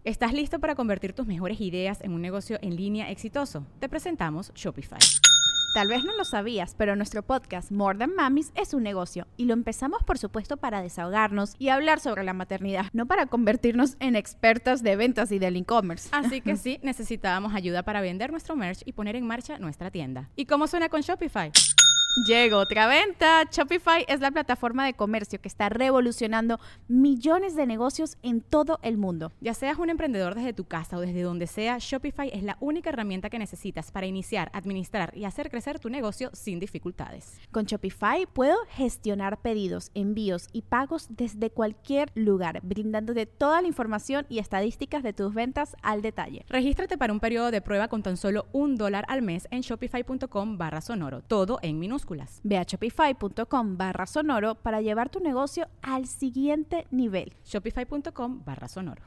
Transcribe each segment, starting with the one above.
¿Estás listo para convertir tus mejores ideas en un negocio en línea exitoso? Te presentamos Shopify. Tal vez no lo sabías, pero nuestro podcast More Than Mamis es un negocio y lo empezamos por supuesto para desahogarnos y hablar sobre la maternidad, no para convertirnos en expertas de ventas y del e-commerce. Así que sí, necesitábamos ayuda para vender nuestro merch y poner en marcha nuestra tienda. ¿Y cómo suena con Shopify? Llegó otra venta. Shopify es la plataforma de comercio que está revolucionando millones de negocios en todo el mundo. Ya seas un emprendedor desde tu casa o desde donde sea, Shopify es la única herramienta que necesitas para iniciar, administrar y hacer crecer tu negocio sin dificultades. Con Shopify puedo gestionar pedidos, envíos y pagos desde cualquier lugar, brindándote toda la información y estadísticas de tus ventas al detalle. Regístrate para un periodo de prueba con tan solo $1 al mes en shopify.com/sonoro, todo en minúsculas. Ve a shopify.com/sonoro para llevar tu negocio al siguiente nivel. Shopify.com/sonoro.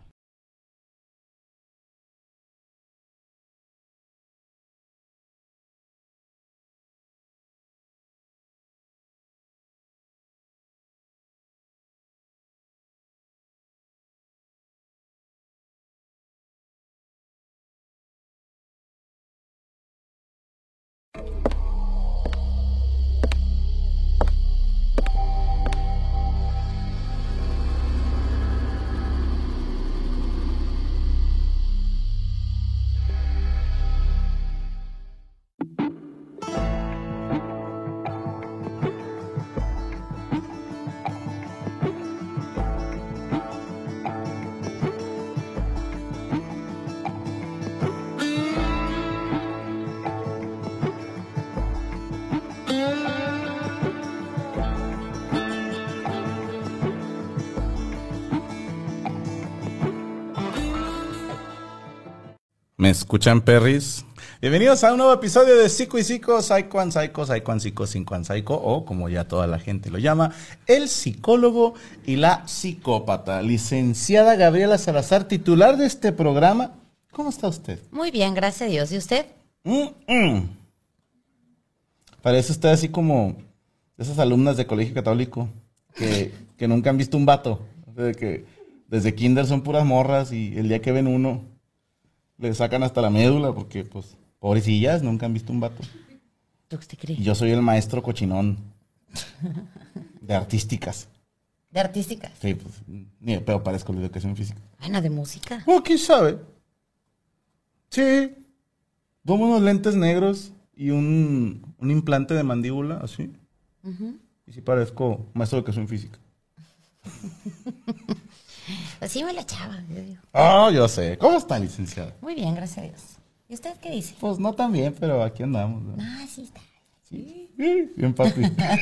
¿Me escuchan, perris? Bienvenidos a un nuevo episodio de Psico y Psico, Psycho and Psycho, Psycho and Psico, Psycho and Psycho, o como ya toda la gente lo llama, el psicólogo y la psicópata. Licenciada Gabriela Salazar, titular de este programa. ¿Cómo está usted? Muy bien, gracias a Dios. ¿Y usted? Parece usted así como esas alumnas de colegio católico que nunca han visto un vato. O sea, que desde kinder son puras morras y el día que ven uno le sacan hasta la médula porque, pues, pobrecillas, nunca han visto un vato. ¿Tú qué crees? Yo soy el maestro cochinón de artísticas. ¿De artísticas? Sí, pues, ni de pedo parezco la educación física. Bueno, de música. Oh, ¿quién sabe? Sí. Tomo unos lentes negros y un implante de mandíbula, así. Y sí parezco maestro de educación física. Así me la echaba, yo digo. Ah, yo sé. ¿Cómo está, licenciada? Muy bien, gracias a Dios. ¿Y usted qué dice? Pues no tan bien, pero aquí andamos, ¿no? Ah, sí está. Sí, bien, papi.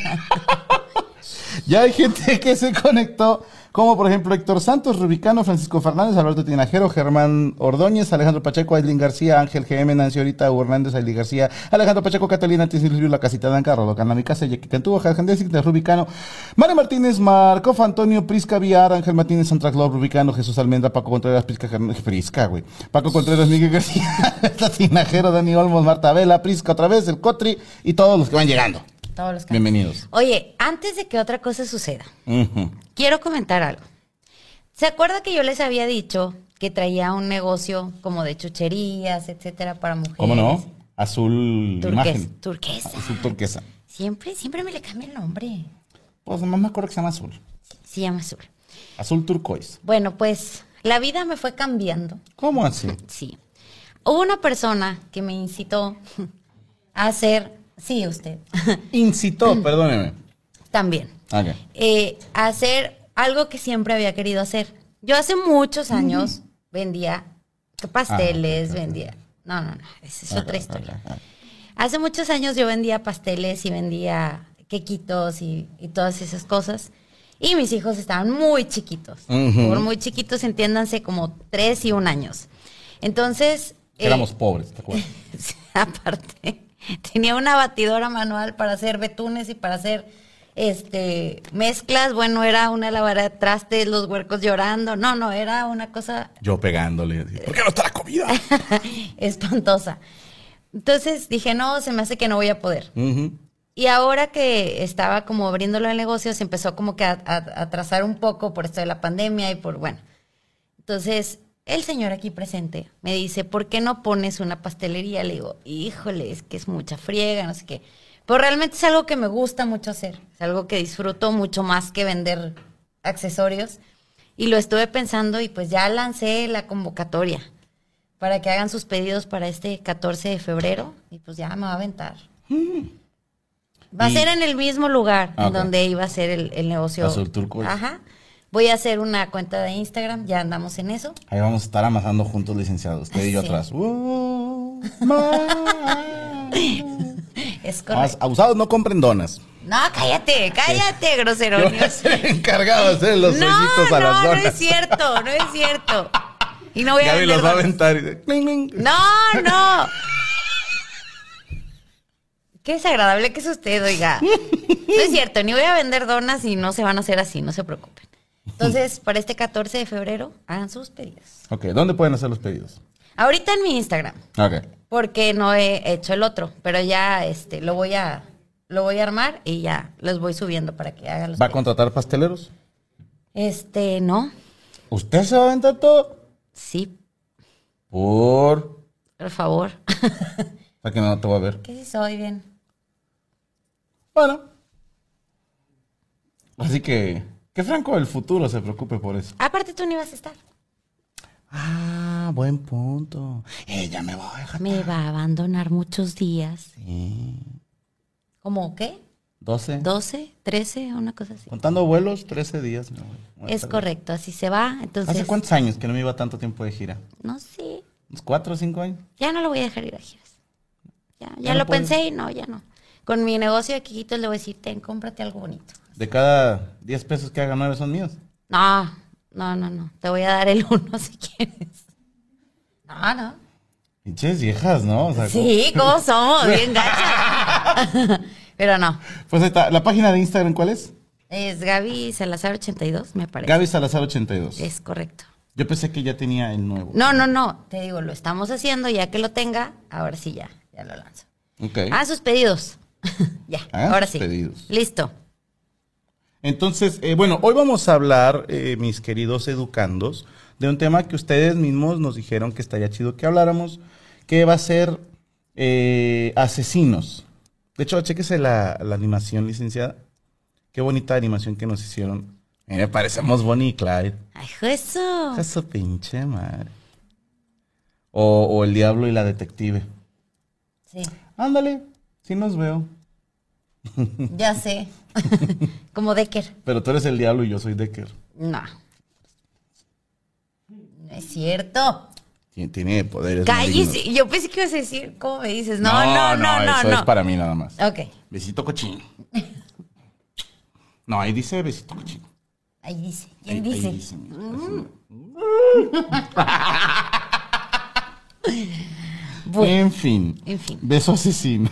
Ya hay gente que se conectó, como por ejemplo Héctor Santos, Rubicano, Francisco Fernández, Alberto Tinajero, Germán Ordóñez, Alejandro Pacheco, Aislinn García, Ángel GM, Nancy Orita, Hugo Hernández, Aislinn García, Alejandro Pacheco, Catalina Tisilvio, La Casita Danca, Rodocan, mi casa, Yaqui Cantúa, Jajandesic, de Rubicano, Mario Martínez, Marco Antonio, Prisca Villar, Ángel Martínez, Santraclor, Rubicano, Jesús Almendra, Paco Contreras, Prisca, güey. Paco Contreras, Miguel García, Tinajero, Dani Olmos, Marta Vela, Prisca otra vez, el Cotri y todos los que van llegando. Todos los que... Bienvenidos. Oye, antes de que otra cosa suceda, quiero comentar algo. ¿Se acuerda que yo les había dicho que traía un negocio como de chucherías, etcétera, para mujeres? ¿Cómo no? Azul imagen. Turquesa. Azul turquesa. Siempre me le cambia el nombre. Pues nomás me acuerdo que se llama azul. Se llama azul. Azul turquoise. Bueno, pues la vida me fue cambiando. ¿Cómo así? Sí. Hubo una persona que me incitó a hacer... Sí, usted. Incitó, perdóneme. También. Okay. A hacer algo que siempre había querido hacer. Yo hace muchos años vendía pasteles, vendía... No, esa es otra historia. Hace muchos años yo vendía pasteles y vendía quequitos y todas esas cosas. Y mis hijos estaban muy chiquitos. Por muy chiquitos, entiéndanse, como 3 y 1 años. Entonces... Éramos pobres, ¿te acuerdas? Aparte... Tenía una batidora manual para hacer betunes y para hacer mezclas. Bueno, era una lavadora de trastes, los huercos llorando. No, era una cosa... Yo pegándole. ¿Por qué no está la comida? Espantosa. Entonces dije, no, se me hace que no voy a poder. Y ahora que estaba como abriéndolo el negocio, se empezó como que a atrasar un poco por esto de la pandemia y por, bueno. Entonces el señor aquí presente me dice, ¿por qué no pones una pastelería? Le digo, híjole, es que es mucha friega, no sé qué. Pero realmente es algo que me gusta mucho hacer. Es algo que disfruto mucho más que vender accesorios. Y lo estuve pensando y pues ya lancé la convocatoria para que hagan sus pedidos para este 14 de febrero. Y pues ya me va a aventar. Va a ser en el mismo lugar en donde iba a ser el negocio. Azul turquoise. Ajá. Voy a hacer una cuenta de Instagram, ya andamos en eso. Ahí vamos a estar amasando juntos, licenciados. Usted y yo atrás. Es correcto. Abusados no compren donas. No, cállate, grosero. Yo voy a ser encargado de hacer los hoyitos a las donas. No es cierto. Y no voy a Gaby vender los va a donas. aventar. Y cling, cling. No. Qué desagradable que es usted, oiga. No es cierto, ni voy a vender donas y no se van a hacer así, no se preocupen. Entonces, para este 14 de febrero, hagan sus pedidos. Ok, ¿dónde pueden hacer los pedidos? Ahorita en mi Instagram, Ok. porque no he hecho el otro, pero ya lo voy a armar y ya los voy subiendo para que hagan los ¿Va a pedidos. contratar pasteleros? No, ¿Usted se va a aventar todo? sí, Por favor. que no te voy a ver. Que sí soy bien. Bueno. Así que Franco del futuro se preocupe por eso. Aparte tú no ibas a estar. Ah, buen punto. Ya me voy a dejar. Me va a abandonar muchos días. Sí. ¿Cómo qué? 12. 12, 13, una cosa así. Contando vuelos, 13 días. Me voy. Es correcto, así se va. Entonces, ¿Hace cuántos años que no me iba tanto tiempo de gira? no sé, ¿Unos 4 o 5 años? ya no lo voy a dejar ir a giras. Ya Ya no lo puede. pensé y no, ya no. Con mi negocio de Quijitos le voy a decir, cómprate algo bonito. De cada 10 pesos que haga 9 son míos. No. Te voy a dar el 1 si quieres. No. Pinches viejas, ¿no? O sea, Sí, ¿cómo somos? Bien gacha. Pero no. Pues ahí está. ¿La página de Instagram cuál es? Es Gaby Salazar 82, me parece. Gaby Salazar 82. Es correcto. Yo pensé que ya tenía el nuevo. No. Te digo, lo estamos haciendo. Ya que lo tenga, ahora sí ya lo lanzo. Ok. Sus pedidos. Ya, Hagan ahora sus sí. pedidos. Listo. Entonces, bueno, hoy vamos a hablar, mis queridos educandos, de un tema que ustedes mismos nos dijeron que estaría chido que habláramos, que va a ser asesinos. De hecho, chéquese la animación, licenciada. Qué bonita animación que nos hicieron. Me parecemos Bonnie y Clyde. Ay, eso. Eso pinche madre. O el diablo y la detective. Sí, Ándale, sí nos veo. ya sé. Como Decker. Pero tú eres el diablo y yo soy Decker. No. No es cierto. Tiene poderes Cállese. malignos. Yo pensé que ibas a decir, ¿cómo me dices? No. Eso es para mí nada más. Ok. Besito cochino. No, ahí dice besito cochino. Ahí dice. ¿Quién Ahí dice? dice, Bueno, En fin. Beso asesino.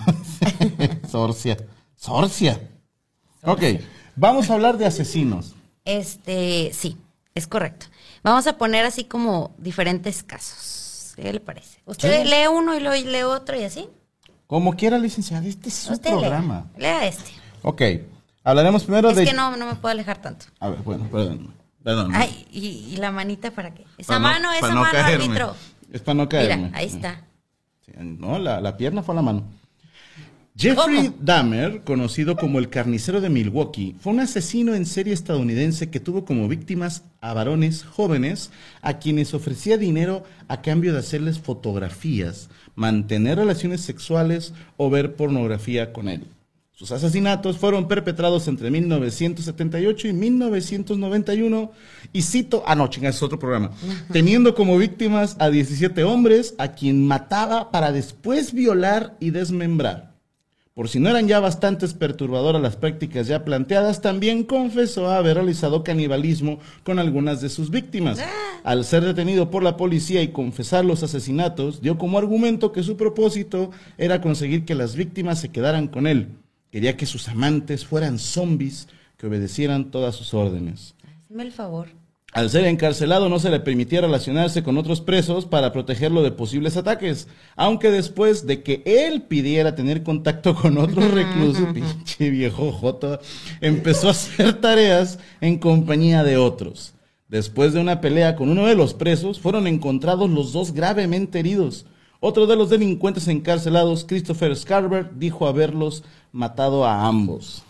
Sorcia. Ok, vamos a hablar de asesinos. sí, es correcto. Vamos a poner así como diferentes casos. ¿Qué le parece? ¿Usted Sí. lee uno y luego lee otro y así? Como quiera, licenciada, este es su Usted programa. lea este. Ok, hablaremos primero Es de... que no me puedo alejar tanto. A ver, bueno, perdón. Ay, ¿y la manita para qué? Esa Para no- mano, para no caerme. árbitro. Es para no caerme. Mira, ahí está. Sí, no, la pierna fue la mano. Jeffrey ¿Cómo? Dahmer, conocido como el carnicero de Milwaukee, fue un asesino en serie estadounidense que tuvo como víctimas a varones jóvenes a quienes ofrecía dinero a cambio de hacerles fotografías, mantener relaciones sexuales o ver pornografía con él. Sus asesinatos fueron perpetrados entre 1978 y 1991 y cito, chinga, es otro programa, teniendo como víctimas a 17 hombres a quien mataba para después violar y desmembrar. Por si no eran ya bastantes perturbadoras las prácticas ya planteadas, también confesó haber realizado canibalismo con algunas de sus víctimas. Al ser detenido por la policía y confesar los asesinatos, dio como argumento que su propósito era conseguir que las víctimas se quedaran con él. Quería que sus amantes fueran zombies que obedecieran todas sus órdenes. Hazme el favor. Al ser encarcelado no se le permitía relacionarse con otros presos para protegerlo de posibles ataques, aunque después de que él pidiera tener contacto con otros reclusos, pinche viejo joto, empezó a hacer tareas en compañía de otros. Después de una pelea con uno de los presos, fueron encontrados los dos gravemente heridos. Otro de los delincuentes encarcelados, Christopher Scarver, dijo haberlos matado a ambos.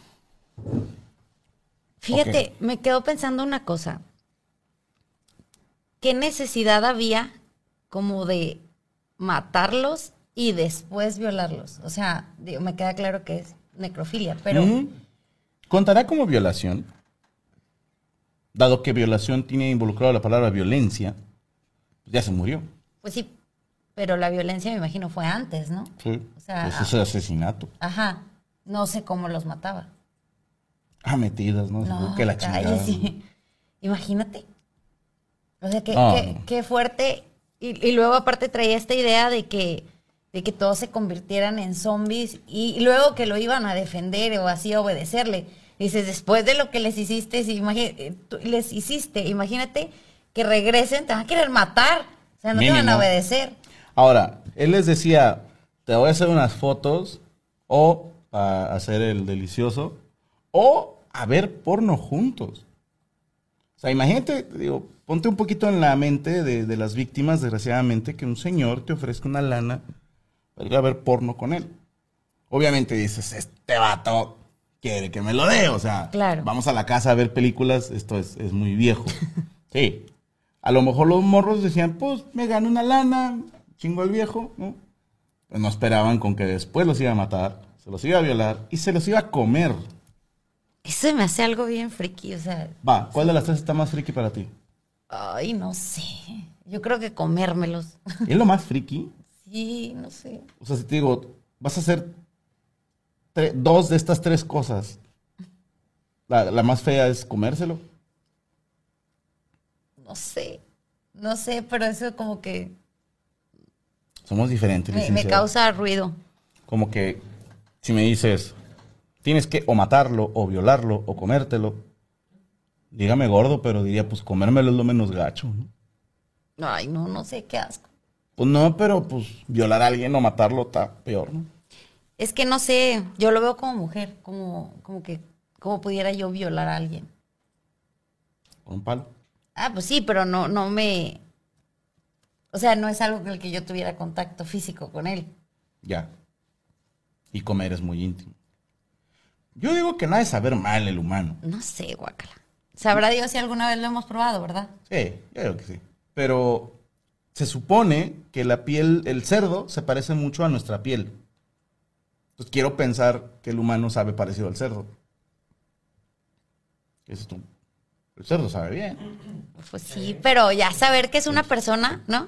Fíjate, me quedo pensando una cosa. ¿Qué necesidad había como de matarlos y después violarlos? O sea, digo, me queda claro que es necrofilia, pero... ¿Contará como violación? Dado que violación tiene involucrado la palabra violencia, pues ya se murió. Pues sí, pero la violencia me imagino fue antes, ¿no? Sí, O sea, eso es asesinato. Ajá, no sé cómo los mataba. Metidas, ¿no? No, Que la chingada. sí. Imagínate. O sea, No. qué fuerte. Y luego aparte traía esta idea de que todos se convirtieran en zombies y luego que lo iban a defender o así a obedecerle. Dices, después de lo que les hiciste, imagínate que regresen, te van a querer matar. O sea, no te van a obedecer. Ahora, él les decía, te voy a hacer unas fotos o a hacer el delicioso o a ver porno juntos. O sea, imagínate, digo, ponte un poquito en la mente de las víctimas, desgraciadamente, que un señor te ofrezca una lana para ir a ver porno con él. Obviamente dices, este vato quiere que me lo dé, o sea, claro. Vamos a la casa a ver películas, esto es muy viejo. Sí. A lo mejor los morros decían, pues, me gano una lana, chingo al viejo, ¿no? Pues no esperaban con que después los iba a matar, se los iba a violar y se los iba a comer. Eso me hace algo bien friki, o sea... Va, ¿cuál de las tres está más friki para ti? Ay, no sé. Yo creo que comérmelos. ¿Es lo más friki? Sí, no sé. O sea, si te digo, vas a hacer dos de estas tres cosas, la más fea es comérselo. No sé, pero eso como que Somos diferentes, me licenciado. causa ruido. Como que si me dices, tienes que o matarlo, o violarlo, o comértelo, dígame gordo, pero diría, pues comérmelo es lo menos gacho, ¿no? Ay, no sé, qué asco. Pues no, pero pues violar a alguien o matarlo está peor, ¿no? Es que no sé, yo lo veo como mujer, como que, ¿cómo pudiera yo violar a alguien? Con un palo. Pues sí, pero no me... O sea, no es algo con el que yo tuviera contacto físico con él. Ya. Y comer es muy íntimo. Yo digo que nada de saber mal el humano. No sé, guácala. Sabrá Dios si alguna vez lo hemos probado, ¿verdad? Sí, yo digo que sí. Pero se supone que la piel, el cerdo, se parece mucho a nuestra piel. Entonces quiero pensar que el humano sabe parecido al cerdo. ¿Qué dices tú? El cerdo sabe bien. Pues sí, pero ya saber que es una persona, ¿no?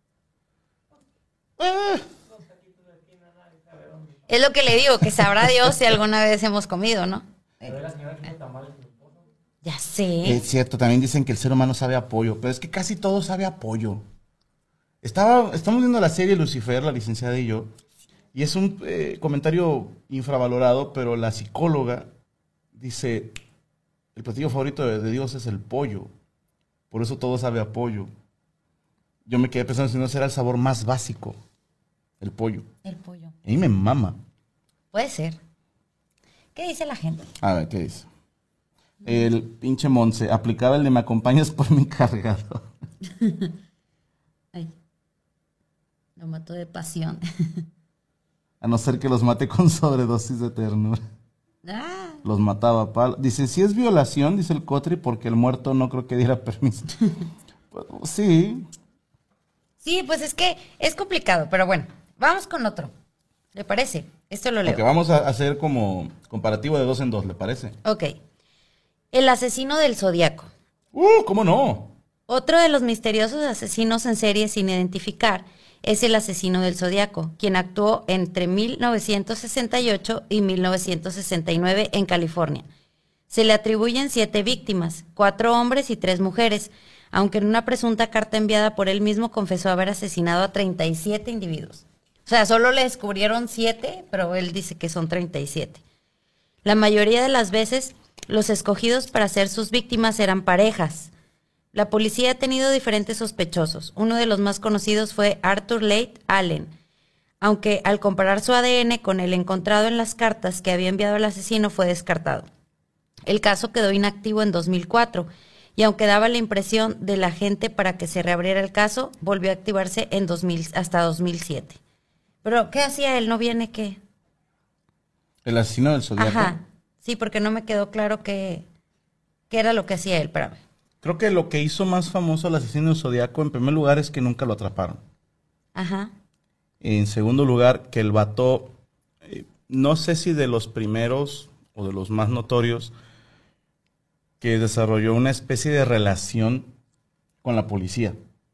Es lo que le digo, que sabrá Dios si alguna vez hemos comido, ¿no? Ya sé. Es cierto, también dicen que el ser humano sabe a pollo, pero es que casi todo sabe a pollo. Estamos viendo la serie Lucifer, la licenciada y yo, y es un comentario infravalorado, pero la psicóloga dice, el platillo favorito de Dios es el pollo, por eso todo sabe a pollo. Yo me quedé pensando si no será el sabor más básico, el pollo. El pollo. A mí me mama. Puede ser. ¿Qué dice la gente? A ver, ¿qué dice? El pinche Monse, aplicaba el de me acompañas por mi cargador. Ay, lo mató de pasión. A no ser que los mate con sobredosis de ternura. Ah, Los mataba a palo. Dice, si es violación, dice el Cotri, porque el muerto no creo que diera permiso. Pues, sí. sí, pues es que es complicado, pero bueno, vamos con otro. ¿Le parece? Esto lo leo. Porque vamos a hacer como comparativo de 2 en 2, ¿le parece? Ok. El asesino del Zodíaco. ¿Cómo no? Otro de los misteriosos asesinos en serie sin identificar es el asesino del Zodíaco, quien actuó entre 1968 y 1969 en California. Se le atribuyen 7 víctimas, 4 hombres y 3 mujeres, aunque en una presunta carta enviada por él mismo confesó haber asesinado a 37 individuos. O sea, solo le descubrieron 7, pero él dice que son 37. La mayoría de las veces, los escogidos para ser sus víctimas eran parejas. La policía ha tenido diferentes sospechosos. Uno de los más conocidos fue Arthur Leigh Allen, aunque al comparar su ADN con el encontrado en las cartas que había enviado el asesino fue descartado. El caso quedó inactivo en 2004 y aunque daba la impresión de la gente para que se reabriera el caso, volvió a activarse en hasta 2007. Pero, ¿qué hacía él? ¿No viene qué? El asesino del Zodiaco. Ajá, sí, porque no me quedó claro qué era lo que hacía él, espérame. Creo que lo que hizo más famoso al asesino del Zodiaco, en primer lugar, es que nunca lo atraparon. Ajá. En segundo lugar, que el vato, no sé si de los primeros o de los más notorios, que desarrolló una especie de relación con la policía.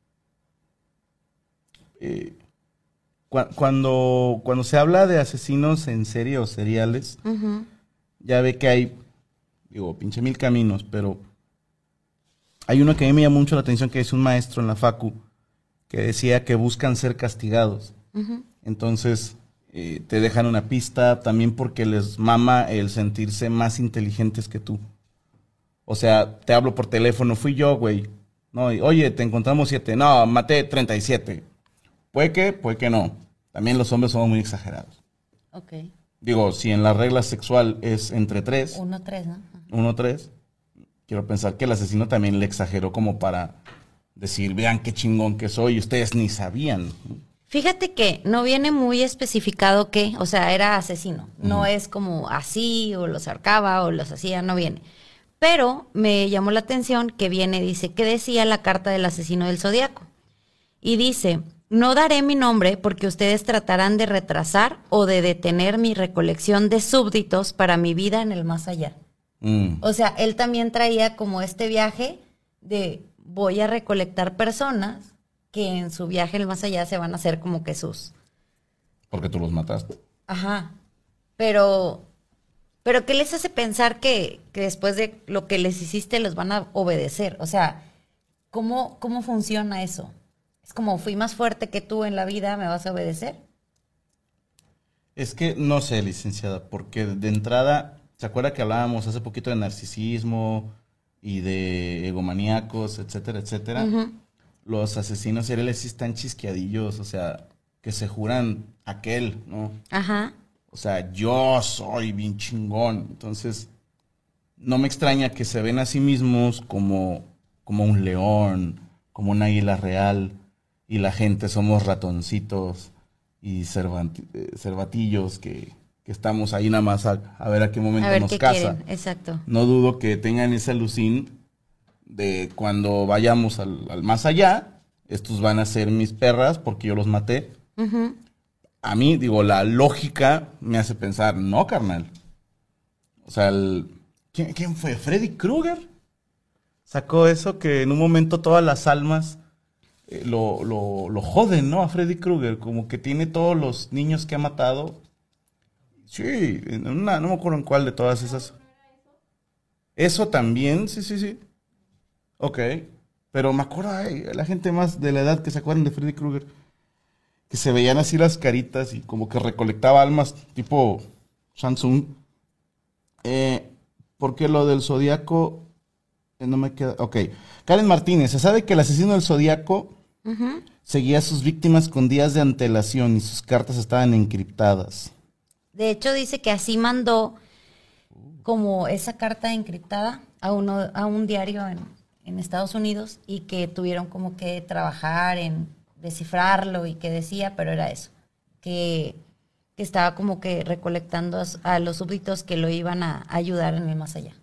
Cuando se habla de asesinos en serie o seriales, ya ve que hay, pinche mil caminos, pero hay uno que a mí me llamó mucho la atención, que es un maestro en la facu, que decía que buscan ser castigados. Entonces, te dejan una pista también porque les mama el sentirse más inteligentes que tú. O sea, te hablo por teléfono, fui yo, güey. No, oye, te encontramos 7. No, maté 37. Puede que no. También los hombres somos muy exagerados. Ok. Digo, si en la regla sexual es entre 3. 1-3, ¿no? 1-3. Quiero pensar que el asesino también le exageró como para decir, vean qué chingón que soy, ustedes ni sabían. Fíjate que no viene muy especificado qué, o sea, era asesino. No es como así, o los ahorcaba, o los hacía, no viene. Pero me llamó la atención que dice, ¿qué decía la carta del asesino del Zodiaco? Y dice, no daré mi nombre porque ustedes tratarán de retrasar o de detener mi recolección de súbditos para mi vida en el más allá. O sea, él también traía como este viaje de voy a recolectar personas que en su viaje en el más allá se van a hacer como que sus... Porque tú los mataste. Ajá, pero ¿qué les hace pensar que después de lo que les hiciste los van a obedecer? O sea, ¿cómo funciona eso? Es como, fui más fuerte que tú en la vida, ¿me vas a obedecer? Es que no sé, licenciada, porque de entrada, ¿se acuerda que hablábamos hace poquito de narcisismo y de egomaníacos, etcétera, etcétera? Los asesinos seriales sí están chisqueadillos, o sea, que se juran aquel, ¿no? Ajá. O sea, yo soy bien chingón. Entonces, no me extraña que se ven a sí mismos como un león, como un águila real, y la gente somos ratoncitos y cervatillos que estamos ahí nada más a ver a qué momento a ver nos qué casa. quieren. Exacto. No dudo que tengan ese alucín de cuando vayamos al más allá, estos van a ser mis perras porque yo los maté. A mí, la lógica me hace pensar, no, carnal. O sea, ¿quién fue? ¿Freddy Krueger? Sacó eso que en un momento todas las almas lo joden, ¿no? A Freddy Krueger, como que tiene todos los niños que ha matado. Sí, no me acuerdo en cuál de todas esas. Eso también, sí. Ok, pero me acuerdo, la gente más de la edad que se acuerdan de Freddy Krueger, que se veían así las caritas y como que recolectaba almas tipo Samsung. Porque lo del Zodiaco no me queda... Ok, Karen Martínez, se sabe que el asesino del Zodiaco seguía a sus víctimas con días de antelación y sus cartas estaban encriptadas. De hecho, dice que así mandó como esa carta encriptada a un diario en Estados Unidos y que tuvieron como que trabajar en descifrarlo y que decía, pero era eso, que estaba como que recolectando a los súbditos que lo iban a ayudar en el más allá.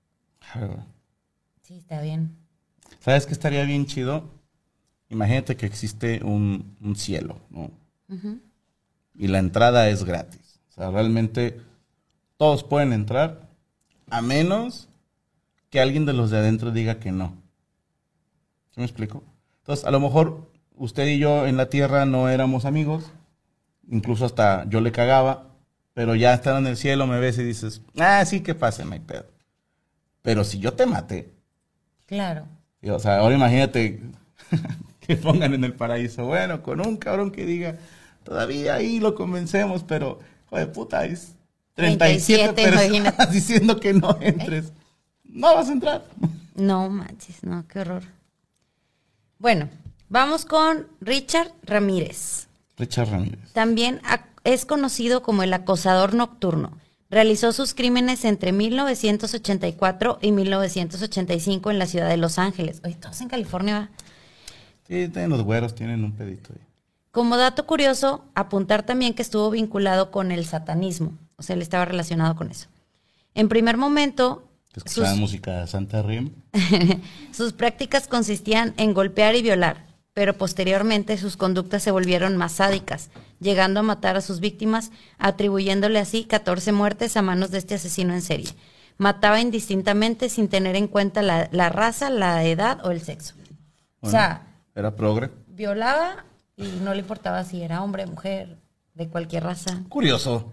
Sí, está bien. ¿Sabes qué estaría bien chido? Imagínate que existe un cielo, ¿no? Y la entrada es gratis. O sea, realmente todos pueden entrar, a menos que alguien de los de adentro diga que no. ¿Sí me explico? Entonces, a lo mejor usted y yo en la tierra no éramos amigos, incluso hasta yo le cagaba, pero ya estando en el cielo me ves y dices, sí, que pase, no hay pedo. Pero si yo te maté. Claro. O sea, ahora imagínate que pongan en el paraíso, bueno, con un cabrón que diga, todavía ahí lo convencemos, pero, joder, puta, es 37 personas imagínate. Diciendo que no entres. No vas a entrar. No manches, no, qué horror. Bueno, vamos con Richard Ramírez. Richard Ramírez. También es conocido como el acosador nocturno. Realizó sus crímenes entre 1984 y 1985 en la ciudad de Los Ángeles. Oye, todos en California, ¿va? Sí, tienen los güeros, tienen un pedito ahí. Como dato curioso, apuntar también que estuvo vinculado con el satanismo. O sea, él estaba relacionado con eso. En primer momento... ¿Escuchaban música de Santa Rim? Sus prácticas consistían en golpear y violar, pero posteriormente sus conductas se volvieron más sádicas, llegando a matar a sus víctimas, atribuyéndole así 14 muertes a manos de este asesino en serie. Mataba indistintamente sin tener en cuenta la raza, la edad o el sexo. Bueno, o sea, era progre. Violaba y no le importaba si era hombre, mujer, de cualquier raza. Curioso.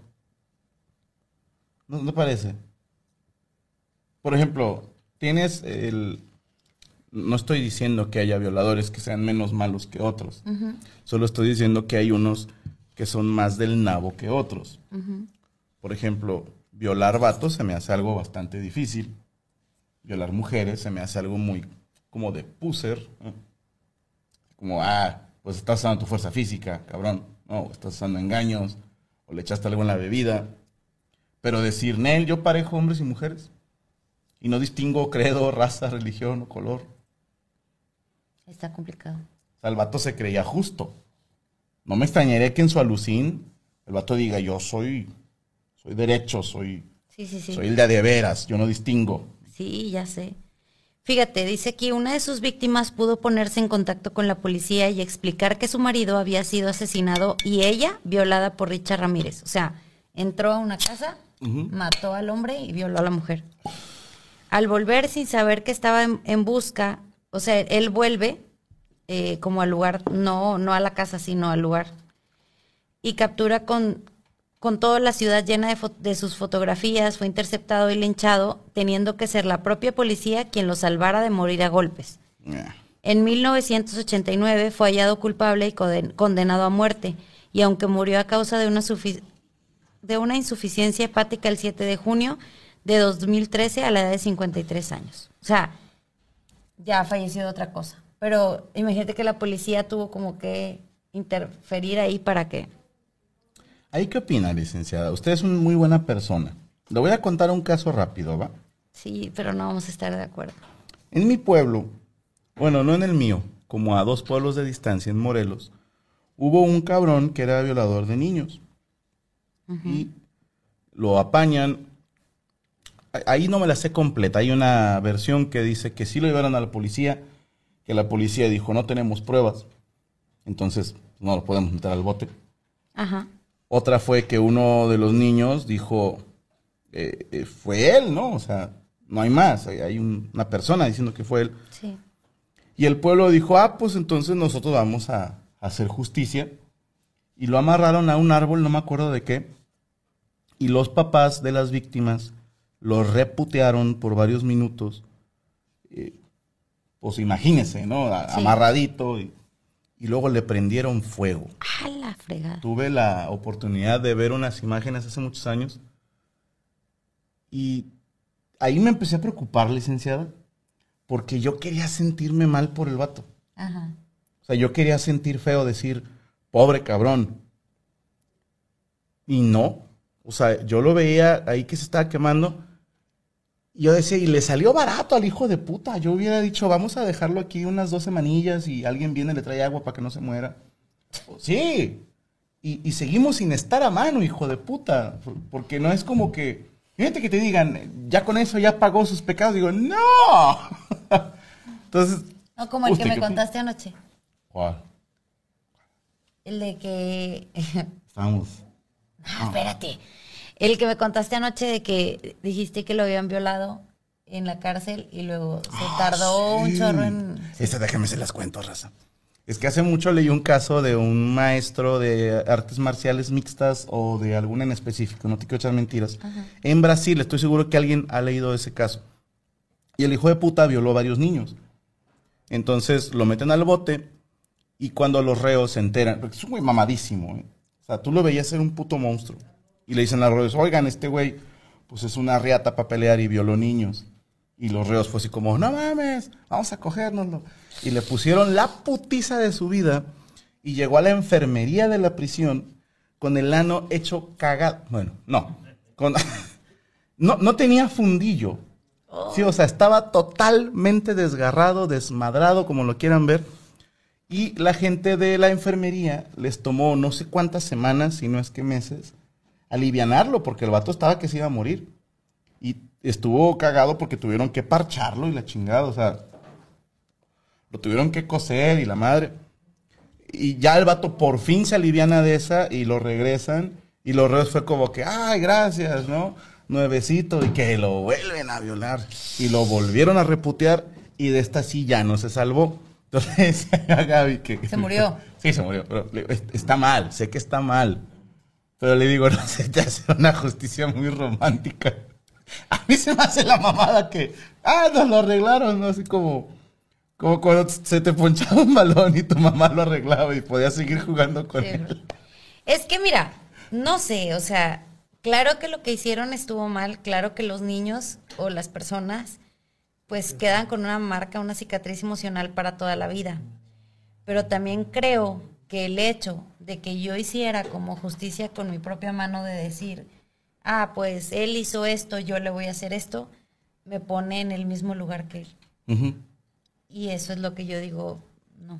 ¿No parece? Por ejemplo, tienes el... No estoy diciendo que haya violadores que sean menos malos que otros. Uh-huh. Solo estoy diciendo que hay unos que son más del nabo que otros. Uh-huh. Por ejemplo, violar vatos se me hace algo bastante difícil. Violar mujeres se me hace algo muy como de puser. ¿No? Como, pues estás usando tu fuerza física, cabrón. No, estás usando engaños o le echaste algo en la bebida. Pero decir, Nel, yo parejo hombres y mujeres. Y no distingo credo, raza, religión o color. Está complicado. O sea, el vato se creía justo. No me extrañaría que en su alucín el vato diga, yo soy derecho, soy el de veras, yo no distingo. Sí, ya sé. Fíjate, dice aquí, una de sus víctimas pudo ponerse en contacto con la policía y explicar que su marido había sido asesinado y ella violada por Richard Ramírez. O sea, entró a una casa, uh-huh, mató al hombre y violó a la mujer. Al volver sin saber que estaba en busca, o sea, él vuelve como al lugar, no a la casa, sino al lugar. Y captura con toda la ciudad llena de sus fotografías, fue interceptado y linchado, teniendo que ser la propia policía quien lo salvara de morir a golpes. Yeah. En 1989 fue hallado culpable y condenado a muerte, y aunque murió a causa de una insuficiencia hepática el 7 de junio, de 2013 a la edad de 53 años. O sea, ya falleció de otra cosa. Pero imagínate que la policía tuvo como que interferir ahí para que... ¿Ahí qué opina, licenciada? Usted es una muy buena persona. Le voy a contar un caso rápido, ¿va? Sí, pero no vamos a estar de acuerdo. En mi pueblo, bueno, no en el mío, como a 2 pueblos de distancia en Morelos, hubo un cabrón que era violador de niños. Uh-huh. Y lo apañan. Ahí no me la sé completa. Hay una versión que dice que sí lo llevaron a la policía, que la policía dijo, no tenemos pruebas, entonces no lo podemos meter al bote. Ajá. Otra fue que uno de los niños dijo, fue él, ¿no? O sea, no hay más. Hay una persona diciendo que fue él. Sí. Y el pueblo dijo, pues entonces nosotros vamos a hacer justicia. Y lo amarraron a un árbol, no me acuerdo de qué. Y los papás de las víctimas lo reputearon por varios minutos. Pues imagínese, ¿no? Sí. Amarradito. Y luego le prendieron fuego. ¡Ah, la fregada! Tuve la oportunidad de ver unas imágenes hace muchos años. Y ahí me empecé a preocupar, licenciada, porque yo quería sentirme mal por el vato. Ajá. O sea, yo quería sentir feo, decir, pobre cabrón. Y no. O sea, yo lo veía ahí que se estaba quemando. Y yo decía, y le salió barato al hijo de puta. Yo hubiera dicho, vamos a dejarlo aquí unas 2 semanillas y alguien viene y le trae agua para que no se muera. Sí. Y seguimos sin estar a mano, hijo de puta. Porque no es como que... Fíjate que te digan, ya con eso ya pagó sus pecados. Digo, ¡no! Entonces... No, como el que me contaste anoche. ¿Cuál? El de que... Estamos... No, espérate. El que me contaste anoche de que dijiste que lo habían violado en la cárcel y luego se tardó un chorro en... Déjame se las cuento, raza. Es que hace mucho leí un caso de un maestro de artes marciales mixtas o de alguna en específico, no te quiero echar mentiras. Ajá. En Brasil, estoy seguro que alguien ha leído ese caso. Y el hijo de puta violó a varios niños. Entonces lo meten al bote y cuando los reos se enteran, porque es un güey mamadísimo, ¿eh? O sea, tú lo veías ser un puto monstruo. Y le dicen a los reos, oigan, este güey, pues es una riata para pelear y violó niños. Y los reos fue así como, no mames, vamos a cogérnoslo. Y le pusieron la putiza de su vida y llegó a la enfermería de la prisión con el ano hecho cagada. Bueno, no, No tenía fundillo. Sí, o sea, estaba totalmente desgarrado, desmadrado, como lo quieran ver. Y la gente de la enfermería les tomó no sé cuántas semanas, si no es que meses, alivianarlo, porque el vato estaba que se iba a morir. Y estuvo cagado porque tuvieron que parcharlo y la chingada, o sea, lo tuvieron que coser y la madre. Y ya el vato por fin se aliviana de esa y lo regresan. Y los reos fue como que, ay, gracias, ¿no? Nuevecito, y que lo vuelven a violar. Y lo volvieron a reputear y de esta sí ya no se salvó. Entonces decía a Gaby que... Se murió. Sí, se murió. Pero está mal, sé que está mal. Pero le digo, no sé, te hace una justicia muy romántica. A mí se me hace la mamada que, nos lo arreglaron, ¿no? Así como cuando se te ponchaba un balón y tu mamá lo arreglaba y podías seguir jugando con él. Es que mira, no sé, o sea, claro que lo que hicieron estuvo mal, claro que los niños o las personas pues quedan con una marca, una cicatriz emocional para toda la vida. Pero también creo que el hecho de que yo hiciera como justicia con mi propia mano de decir, pues él hizo esto, yo le voy a hacer esto, me pone en el mismo lugar que él. Uh-huh. Y eso es lo que yo digo, no.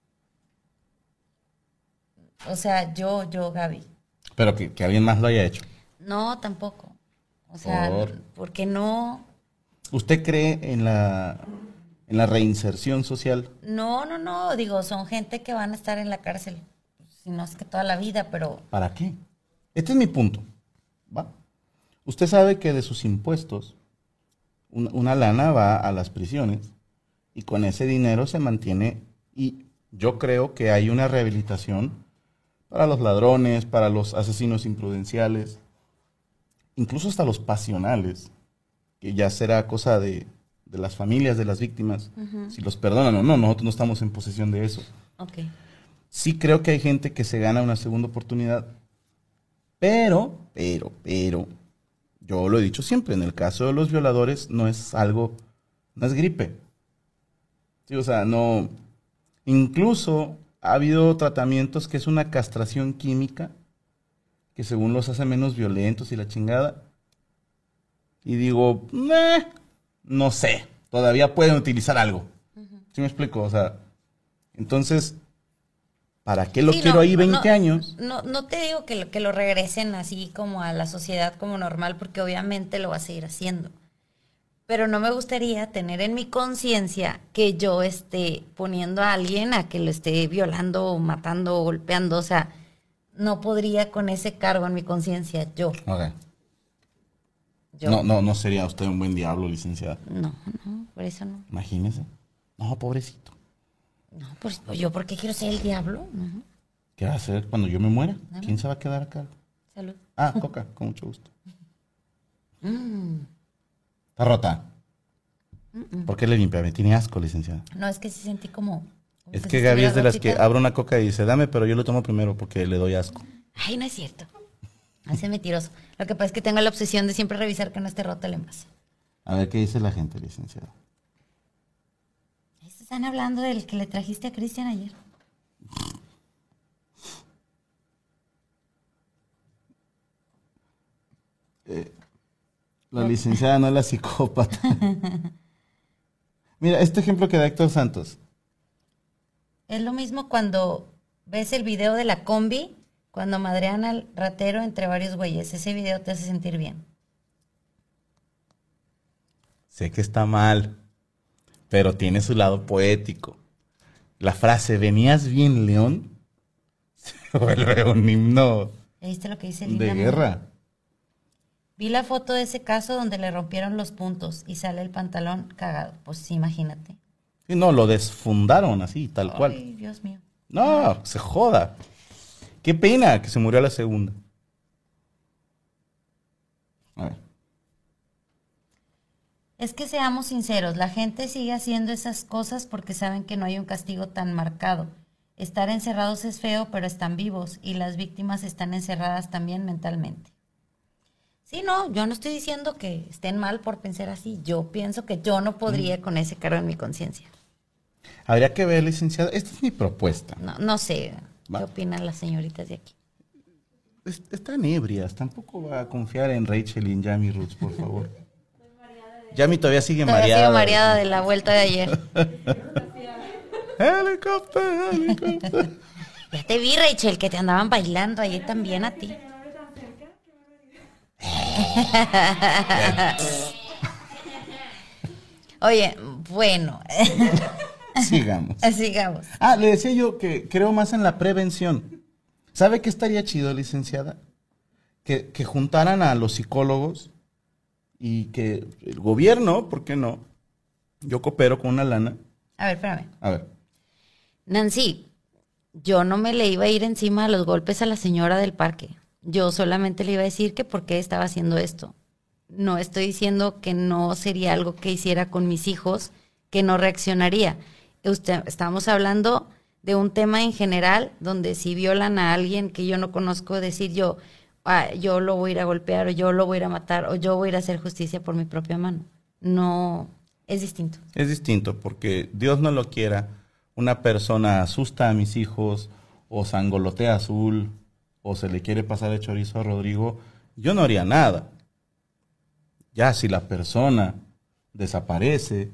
O sea, yo, Gaby. Pero que alguien más lo haya hecho. No, tampoco. O sea, porque no... ¿Usted cree en la reinserción social? No, digo, son gente que van a estar en la cárcel, si no es que toda la vida, pero... ¿Para qué? Este es mi punto, ¿va? Usted sabe que de sus impuestos, una lana va a las prisiones y con ese dinero se mantiene, y yo creo que hay una rehabilitación para los ladrones, para los asesinos imprudenciales, incluso hasta los pasionales, que ya será cosa de las familias de las víctimas, si los perdonan o no, nosotros no estamos en posesión de eso. Okay. Sí creo que hay gente que se gana una segunda oportunidad, pero, yo lo he dicho siempre, en el caso de los violadores no es gripe. Sí, o sea, no, incluso ha habido tratamientos que es una castración química, que según los hace menos violentos y la chingada. Y digo, no sé, todavía pueden utilizar algo. ¿Sí me explico? O sea, entonces, ¿para qué lo quiero ahí 20 años? No te digo que lo regresen así como a la sociedad como normal, porque obviamente lo va a seguir haciendo. Pero no me gustaría tener en mi conciencia que yo esté poniendo a alguien a que lo esté violando, o matando, o golpeando. O sea, no podría con ese cargo en mi conciencia yo. Okay. No sería usted un buen diablo, licenciada. No, por eso no. Imagínese. No, pobrecito. No, pues yo, ¿por qué quiero ser el diablo? No. ¿Qué va a hacer cuando yo me muera? Nada. ¿Quién se va a quedar acá? Salud. Coca, con mucho gusto. Está rota. ¿Por qué le limpia? Me tiene asco, licenciada. No, es que sí sentí como es que Gaby es de las que abre una coca y dice, dame, pero yo lo tomo primero porque le doy asco. Ay, no es cierto. Hace mentiroso. Lo que pasa es que tengo la obsesión de siempre revisar que no esté roto el envase. A ver, ¿qué dice la gente, licenciada? Están hablando del que le trajiste a Cristian ayer. La licenciada no es la psicópata. Mira, este ejemplo que da Héctor Santos. Es lo mismo cuando ves el video de la combi, cuando madrean al ratero entre varios güeyes. Ese video te hace sentir bien. Sé que está mal, pero tiene su lado poético. La frase, ¿venías bien, León? Se vuelve un himno ¿Viste lo que dice de guerra. Vi la foto de ese caso donde le rompieron los puntos y sale el pantalón cagado. Pues sí, imagínate. Sí, no, lo desfundaron así, tal cual. Ay, Dios mío. No, se joda. Qué pena que se murió a la segunda. A ver. Es que seamos sinceros, la gente sigue haciendo esas cosas porque saben que no hay un castigo tan marcado. Estar encerrados es feo, pero están vivos y las víctimas están encerradas también mentalmente. Sí, no, yo no estoy diciendo que estén mal por pensar así. Yo pienso que yo no podría con ese cargo en mi conciencia. Habría que ver, licenciada. Esta es mi propuesta. No sé. Va. ¿Qué opinan las señoritas de aquí? están ebrias. Tampoco va a confiar en Rachel y en Yami Roots, por favor. Yami todavía sigue mareada. Todavía sigue mareada de la vuelta de ayer. Helicóptero. Ya te vi, Rachel, que te andaban bailando ayer también a ti. Oye, bueno. Sigamos. Sigamos. Le decía yo que creo más en la prevención. ¿Sabe qué estaría chido, licenciada? Que juntaran a los psicólogos y que el gobierno, ¿por qué no? Yo coopero con una lana. A ver, espérame. A ver. Nancy, yo no me le iba a ir encima a los golpes a la señora del parque. Yo solamente le iba a decir que por qué estaba haciendo esto. No estoy diciendo que no sería algo que hiciera con mis hijos, que no reaccionaría. Estamos hablando de un tema en general donde si violan a alguien que yo no conozco, decir yo lo voy a ir a golpear o yo lo voy a ir a matar o yo voy a ir a hacer justicia por mi propia mano. No, es distinto. Es distinto porque Dios no lo quiera. Una persona asusta a mis hijos o sangolotea a Azul o se le quiere pasar el chorizo a Rodrigo. Yo no haría nada. Ya si la persona desaparece,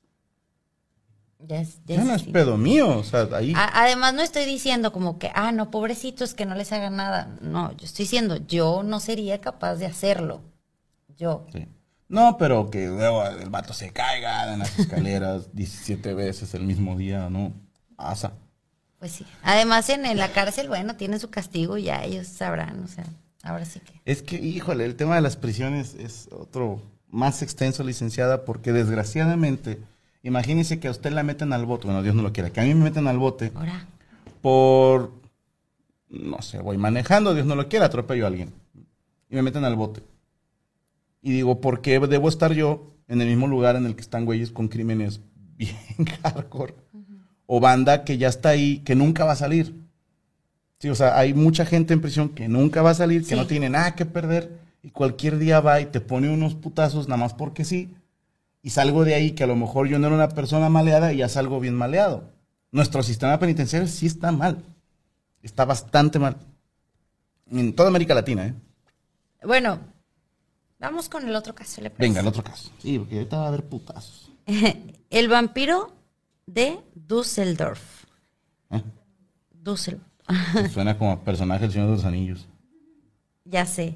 ya no es pedo mío. O sea, ahí... Además no estoy diciendo como que, no, pobrecitos, que no les hagan nada. No, yo estoy diciendo, yo no sería capaz de hacerlo. Yo. Sí. No, pero que luego el vato se caiga en las escaleras 17 veces el mismo día, ¿no? Pasa. Pues sí. Además en la cárcel, bueno, tienen su castigo y ya ellos sabrán, o sea, ahora sí que. Es que, híjole, el tema de las prisiones es otro más extenso, licenciada, porque desgraciadamente, imagínese que a usted la meten al bote, bueno, Dios no lo quiera, que a mí me meten al bote Ahora. por, no sé, voy manejando, Dios no lo quiera, atropello a alguien y me meten al bote. Y digo, ¿por qué debo estar yo en el mismo lugar en el que están güeyes con crímenes bien hardcore? O banda que ya está ahí, que nunca va a salir. Sí, o sea, hay mucha gente en prisión que nunca va a salir, que no tiene nada que perder, y cualquier día va y te pone unos putazos nada más porque sí, y salgo de ahí que a lo mejor yo no era una persona maleada y ya salgo bien maleado. Nuestro sistema penitenciario sí está mal. Está bastante mal. En toda América Latina, ¿eh? Bueno, vamos con el otro caso, ¿le parece? Venga, el otro caso. Sí, porque ahorita va a haber putazos. El vampiro de Düsseldorf. Düsseldorf. Suena como personaje del Señor de los Anillos. Ya sé.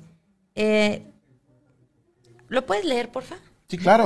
¿Lo puedes leer, porfa? Sí, claro.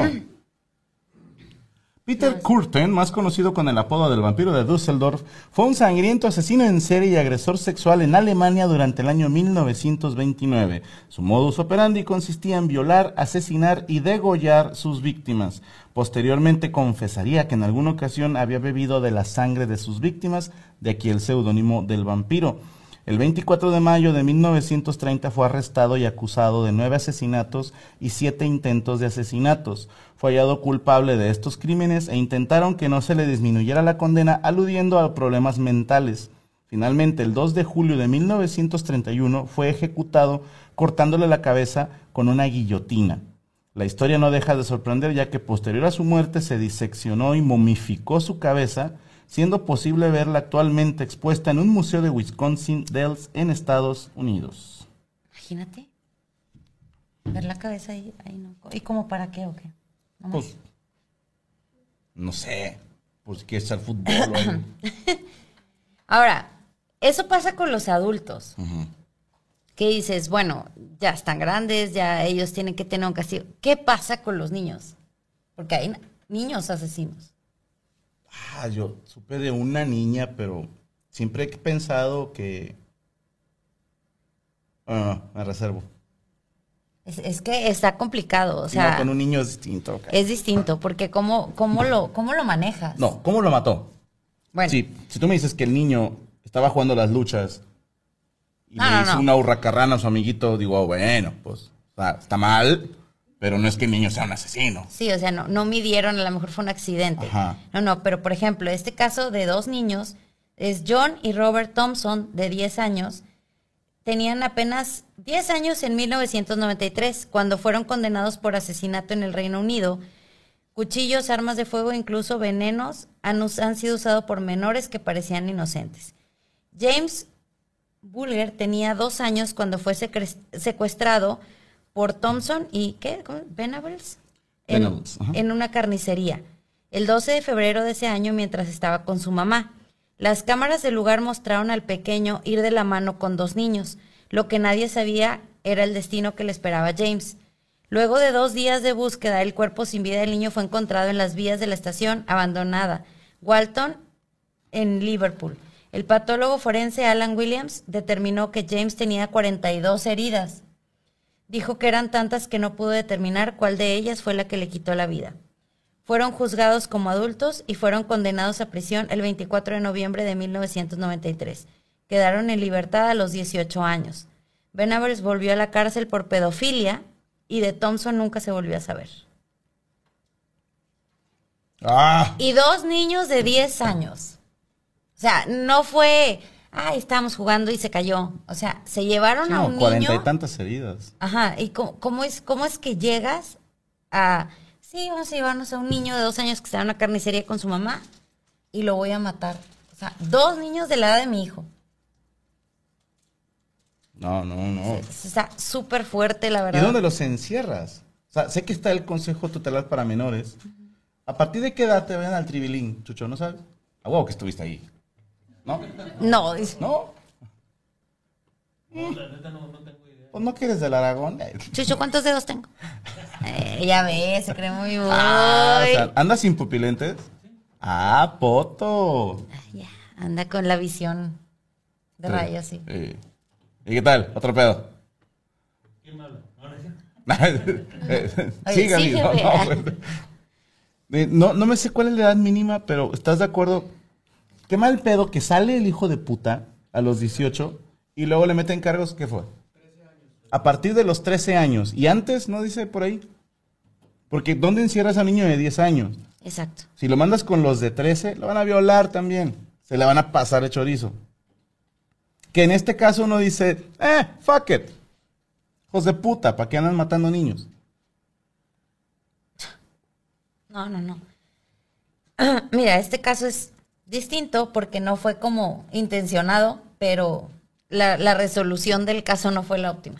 Peter Kürten, más conocido con el apodo del vampiro de Düsseldorf, fue un sangriento asesino en serie y agresor sexual en Alemania durante el año 1929. Su modus operandi consistía en violar, asesinar y degollar sus víctimas. Posteriormente confesaría que en alguna ocasión había bebido de la sangre de sus víctimas, de aquí el seudónimo del vampiro. El 24 de mayo de 1930 fue arrestado y acusado de 9 asesinatos y 7 intentos de asesinatos. Fue hallado culpable de estos crímenes e intentaron que no se le disminuyera la condena aludiendo a problemas mentales. Finalmente, el 2 de julio de 1931 fue ejecutado cortándole la cabeza con una guillotina. La historia no deja de sorprender ya que posterior a su muerte se diseccionó y momificó su cabeza, siendo posible verla actualmente expuesta en un museo de Wisconsin-Dells en Estados Unidos. Imagínate. Ver la cabeza ahí no. ¿Y cómo para qué o qué? Pues, no sé, pues que es el fútbol o algo. Ahora, eso pasa con los adultos. Uh-huh. Que dices, bueno, ya están grandes, ya ellos tienen que tener un castigo. ¿Qué pasa con los niños? Porque hay niños asesinos. Yo supe de una niña, pero siempre he pensado que... me reservo. Es que está complicado, o sea... No, con un niño es distinto. Okay. Es distinto, porque ¿cómo lo manejas? No, ¿cómo lo mató? Bueno. Sí, si tú me dices que el niño estaba jugando las luchas y le hizo una hurracarrana a su amiguito, digo, bueno, pues está mal... Pero no es que el niño sea un asesino. Sí, o sea, no midieron, a lo mejor fue un accidente. Ajá. No, pero por ejemplo, este caso de 2 niños, es John y Robert Thompson, de 10 años, tenían apenas 10 años en 1993, cuando fueron condenados por asesinato en el Reino Unido. Cuchillos, armas de fuego, incluso venenos, han sido usados por menores que parecían inocentes. James Bulger tenía 2 años cuando fue secuestrado por Thompson y ¿qué? Venables en una carnicería el 12 de febrero de ese año mientras estaba con su mamá. Las cámaras del lugar mostraron al pequeño ir de la mano con 2 niños. Lo que nadie sabía era el destino que le esperaba a James. Luego de 2 días de búsqueda, el cuerpo sin vida del niño fue encontrado en las vías de la estación abandonada Walton en Liverpool. El patólogo forense Alan Williams determinó que James tenía 42 heridas. Dijo que eran tantas que no pudo determinar cuál de ellas fue la que le quitó la vida. Fueron juzgados como adultos y fueron condenados a prisión el 24 de noviembre de 1993. Quedaron en libertad a los 18 años. Venables volvió a la cárcel por pedofilia y de Thompson nunca se volvió a saber. Y 2 niños de 10 años. O sea, no fue, estábamos jugando y se cayó. O sea, se llevaron a un niño. 40 y tantas heridas. Ajá, ¿y cómo es que llegas a... Sí, vamos a llevarnos a un niño de 2 años que está en una carnicería con su mamá y lo voy a matar? O sea, 2 niños de la edad de mi hijo. No. Está súper fuerte, la verdad. ¿Y dónde los encierras? O sea, sé que está el Consejo Tutelar para Menores. ¿A partir de qué edad te ven al tribilín, Chucho? ¿No sabes? A huevo que estuviste ahí. ¿No? No. ¿No? La neta no tengo idea. Pues no que eres del Aragón. Chucho, ¿cuántos dedos tengo? Ya ves, se cree muy o sea, ¿andas sin pupilentes? Ah, poto. Ya, anda con la visión de rayos, sí. ¿Y qué tal? ¿Otro pedo? ¿Quién me habla? ¿No? Sí, Gaby. sí, jefe. No me sé cuál es la edad mínima, pero ¿estás de acuerdo? Qué mal pedo que sale el hijo de puta a los 18 y luego le meten cargos, ¿qué fue? 13 años. A partir de los 13 años. Y antes, ¿no dice por ahí? Porque ¿dónde encierras a un niño de 10 años? Exacto. Si lo mandas con los de 13, lo van a violar también. Se le van a pasar de chorizo. Que en este caso uno dice, fuck it. Hijos de puta, ¿para qué andan matando niños? No. Mira, este caso es distinto porque no fue como intencionado, pero la resolución del caso no fue la óptima.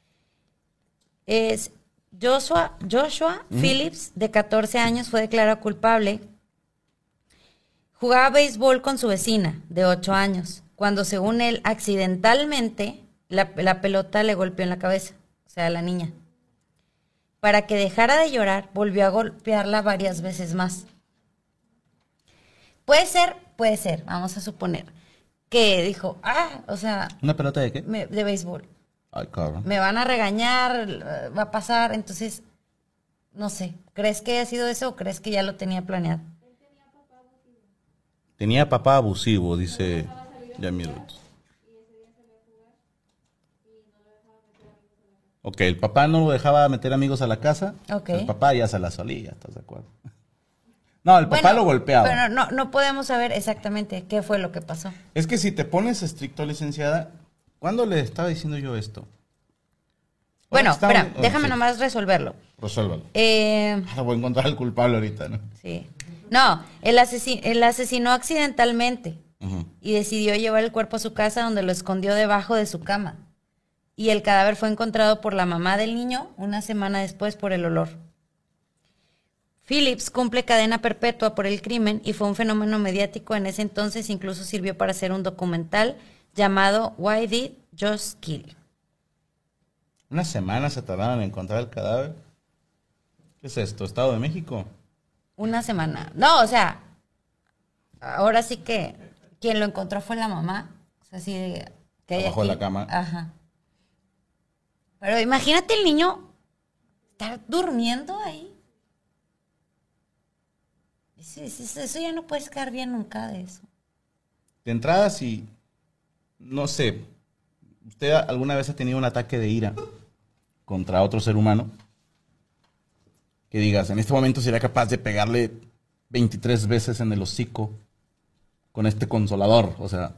Es Joshua Phillips, de 14 años, fue declarado culpable. Jugaba béisbol con su vecina, de 8 años, cuando según él, accidentalmente, la pelota le golpeó en la cabeza, o sea, a la niña. Para que dejara de llorar, volvió a golpearla varias veces más. Puede ser, vamos a suponer, que dijo, o sea... ¿Una pelota de qué? De béisbol. Ay, cabrón. Me van a regañar, va a pasar, entonces, no sé, ¿crees que haya sido eso o crees que ya lo tenía planeado? Tenía papá abusivo, dice Yamil. Ok, el papá no lo dejaba meter amigos a la casa. Ok. El papá ya se la solía, ¿estás de acuerdo? No, el papá lo golpeaba. Pero no podemos saber exactamente qué fue lo que pasó. Es que si te pones estricto, licenciada, ¿cuándo le estaba diciendo yo esto? Bueno, espera, déjame nomás resolverlo. Resuélvalo. Voy a encontrar al culpable ahorita, ¿no? Sí. No, él asesinó accidentalmente y decidió llevar el cuerpo a su casa donde lo escondió debajo de su cama. Y el cadáver fue encontrado por la mamá del niño una semana después por el olor. Phillips cumple cadena perpetua por el crimen y fue un fenómeno mediático en ese entonces, incluso sirvió para hacer un documental llamado Why Did Josh Kill? ¿Una semana se tardaron en encontrar el cadáver? ¿Qué es esto? ¿Estado de México? Una semana. No, o sea, ahora sí que quien lo encontró fue la mamá. O sea, sí, que hay abajo aquí. de la cama. Ajá. Pero imagínate el niño estar durmiendo ahí. Eso ya no puedes quedar bien nunca de eso. De entrada, si, no sé, ¿usted alguna vez ha tenido un ataque de ira contra otro ser humano? Que digas, en este momento sería capaz de pegarle 23 veces en el hocico con este consolador, o sea...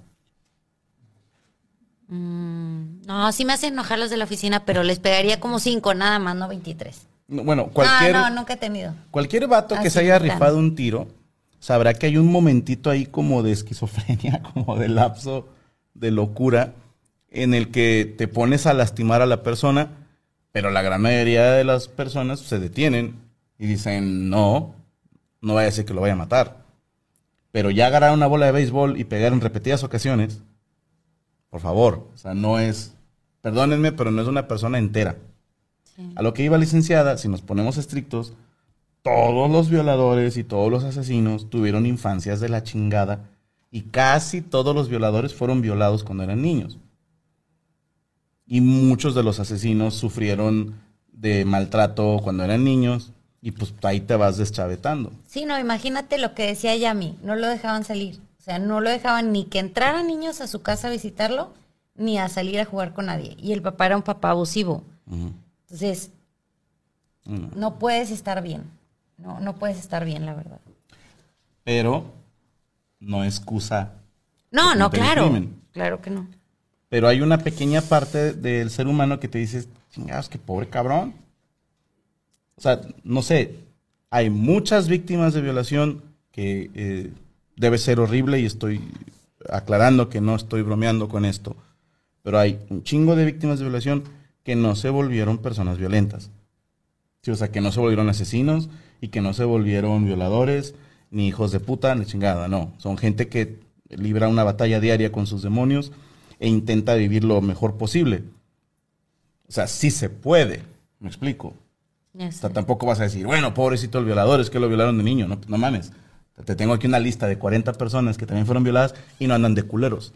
No, sí me hacen enojar los de la oficina, pero les pegaría como 5 nada más, no 23. Bueno, cualquier... No, nunca he tenido. Cualquier vato que Así se haya tan. rifado un tiro sabrá que hay un momentito ahí como de esquizofrenia, como de lapso de locura, en el que te pones a lastimar a la persona, pero la gran mayoría de las personas se detienen y dicen, no vaya a ser que lo vaya a matar. Pero ya agarrar una bola de béisbol y pegar en repetidas ocasiones, por favor, o sea, no es, perdónenme, pero no es una persona entera. Sí. A lo que iba, licenciada, si nos ponemos estrictos, todos los violadores y todos los asesinos tuvieron infancias de la chingada y casi todos los violadores fueron violados cuando eran niños. Y muchos de los asesinos sufrieron de maltrato cuando eran niños y pues ahí te vas deschavetando. Sí, no, imagínate lo que decía Yami, no lo dejaban salir. O sea, no lo dejaban ni que entraran niños a su casa a visitarlo, ni a salir a jugar con nadie. Y el papá era un papá abusivo. Entonces, no puedes estar bien. No puedes estar bien, la verdad. Pero no excusa. No, claro. Claro que no. Pero hay una pequeña parte del ser humano que te dices, chingados, qué pobre cabrón. O sea, no sé, hay muchas víctimas de violación que debe ser horrible y estoy aclarando que no estoy bromeando con esto. Pero hay un chingo de víctimas de violación que no se volvieron personas violentas. Sí, o sea, que no se volvieron asesinos y que no se volvieron violadores, ni hijos de puta, ni chingada, no. Son gente que libra una batalla diaria con sus demonios e intenta vivir lo mejor posible. O sea, sí se puede, me explico. O sea, tampoco vas a decir, bueno, pobrecito el violador, es que lo violaron de niño. No mames. Te tengo aquí una lista de 40 personas que también fueron violadas y no andan de culeros.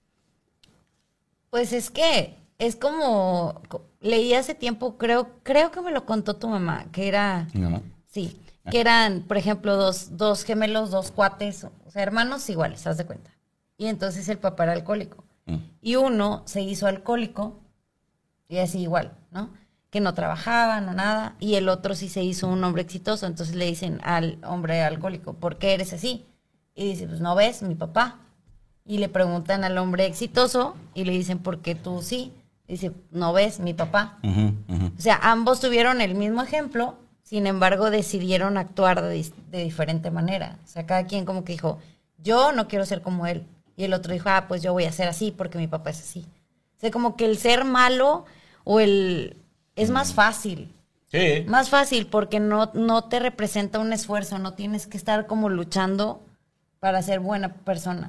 Pues es que es como, leí hace tiempo, creo que me lo contó tu mamá, que era... ¿Mi mamá? Sí, que eran, por ejemplo, dos gemelos, dos cuates, o sea, hermanos iguales, haz de cuenta. Y entonces el papá era alcohólico. Y uno se hizo alcohólico, y así igual, ¿no? Que no trabajaba, no nada, y el otro sí se hizo un hombre exitoso. Entonces le dicen al hombre alcohólico, ¿por qué eres así? Y dice, pues no ves, mi papá. Y le preguntan al hombre exitoso y le dicen, ¿por qué tú sí? Y dice, no ves, mi papá. O sea, ambos tuvieron el mismo ejemplo, sin embargo decidieron actuar de diferente manera. O sea, cada quien como que dijo, yo no quiero ser como él. Y el otro dijo, pues yo voy a ser así porque mi papá es así. O sea, como que el ser malo o el... es más fácil. Sí. Más fácil porque no te representa un esfuerzo, no tienes que estar como luchando para ser buena persona.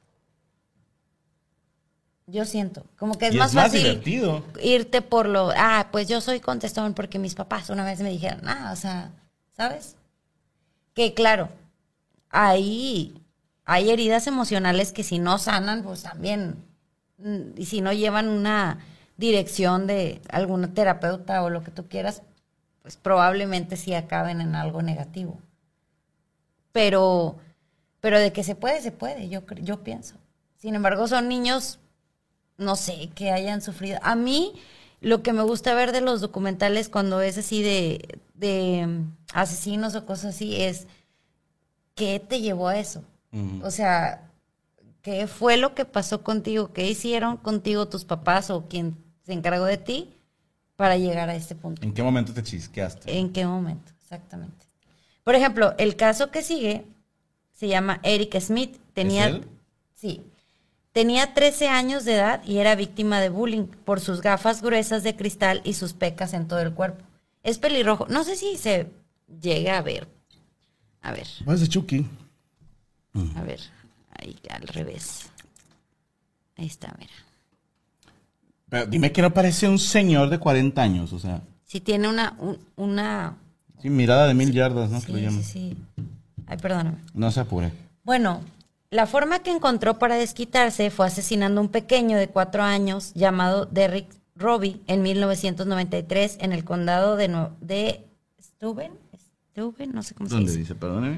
Yo siento, como que es más fácil divertido irte por lo, pues yo soy contestón porque mis papás una vez me dijeron, o sea, ¿sabes? Que claro, hay heridas emocionales que si no sanan, pues también, y si no llevan una dirección de algún terapeuta o lo que tú quieras, pues probablemente sí acaben en algo negativo. Pero de que se puede, yo pienso. Sin embargo, son niños, no sé, que hayan sufrido. A mí, lo que me gusta ver de los documentales cuando es así de asesinos o cosas así, es ¿qué te llevó a eso? O sea, ¿qué fue lo que pasó contigo? ¿Qué hicieron contigo tus papás o quien se encargó de ti para llegar a este punto? ¿En qué momento te chisqueaste? ¿En qué momento? Exactamente. Por ejemplo, el caso que sigue se llama Eric Smith. ¿Es él? Sí. Tenía 13 años de edad y era víctima de bullying por sus gafas gruesas de cristal y sus pecas en todo el cuerpo. Es pelirrojo. No sé si se llega a ver. A ver. Vas de Chucky. A ver. Ahí al revés. Ahí está, mira. Pero dime que no parece un señor de 40 años, o sea. Sí, tiene una... Sí, mirada de 1000 yardas, ¿no? Sí, que lo llaman. sí. Ay, perdóname. No se apure. Bueno, la forma que encontró para desquitarse fue asesinando a un pequeño de 4 años llamado Derrick Robbie en 1993 en el condado de Steuben, no sé cómo se ¿Dónde dice. dice? Perdóneme.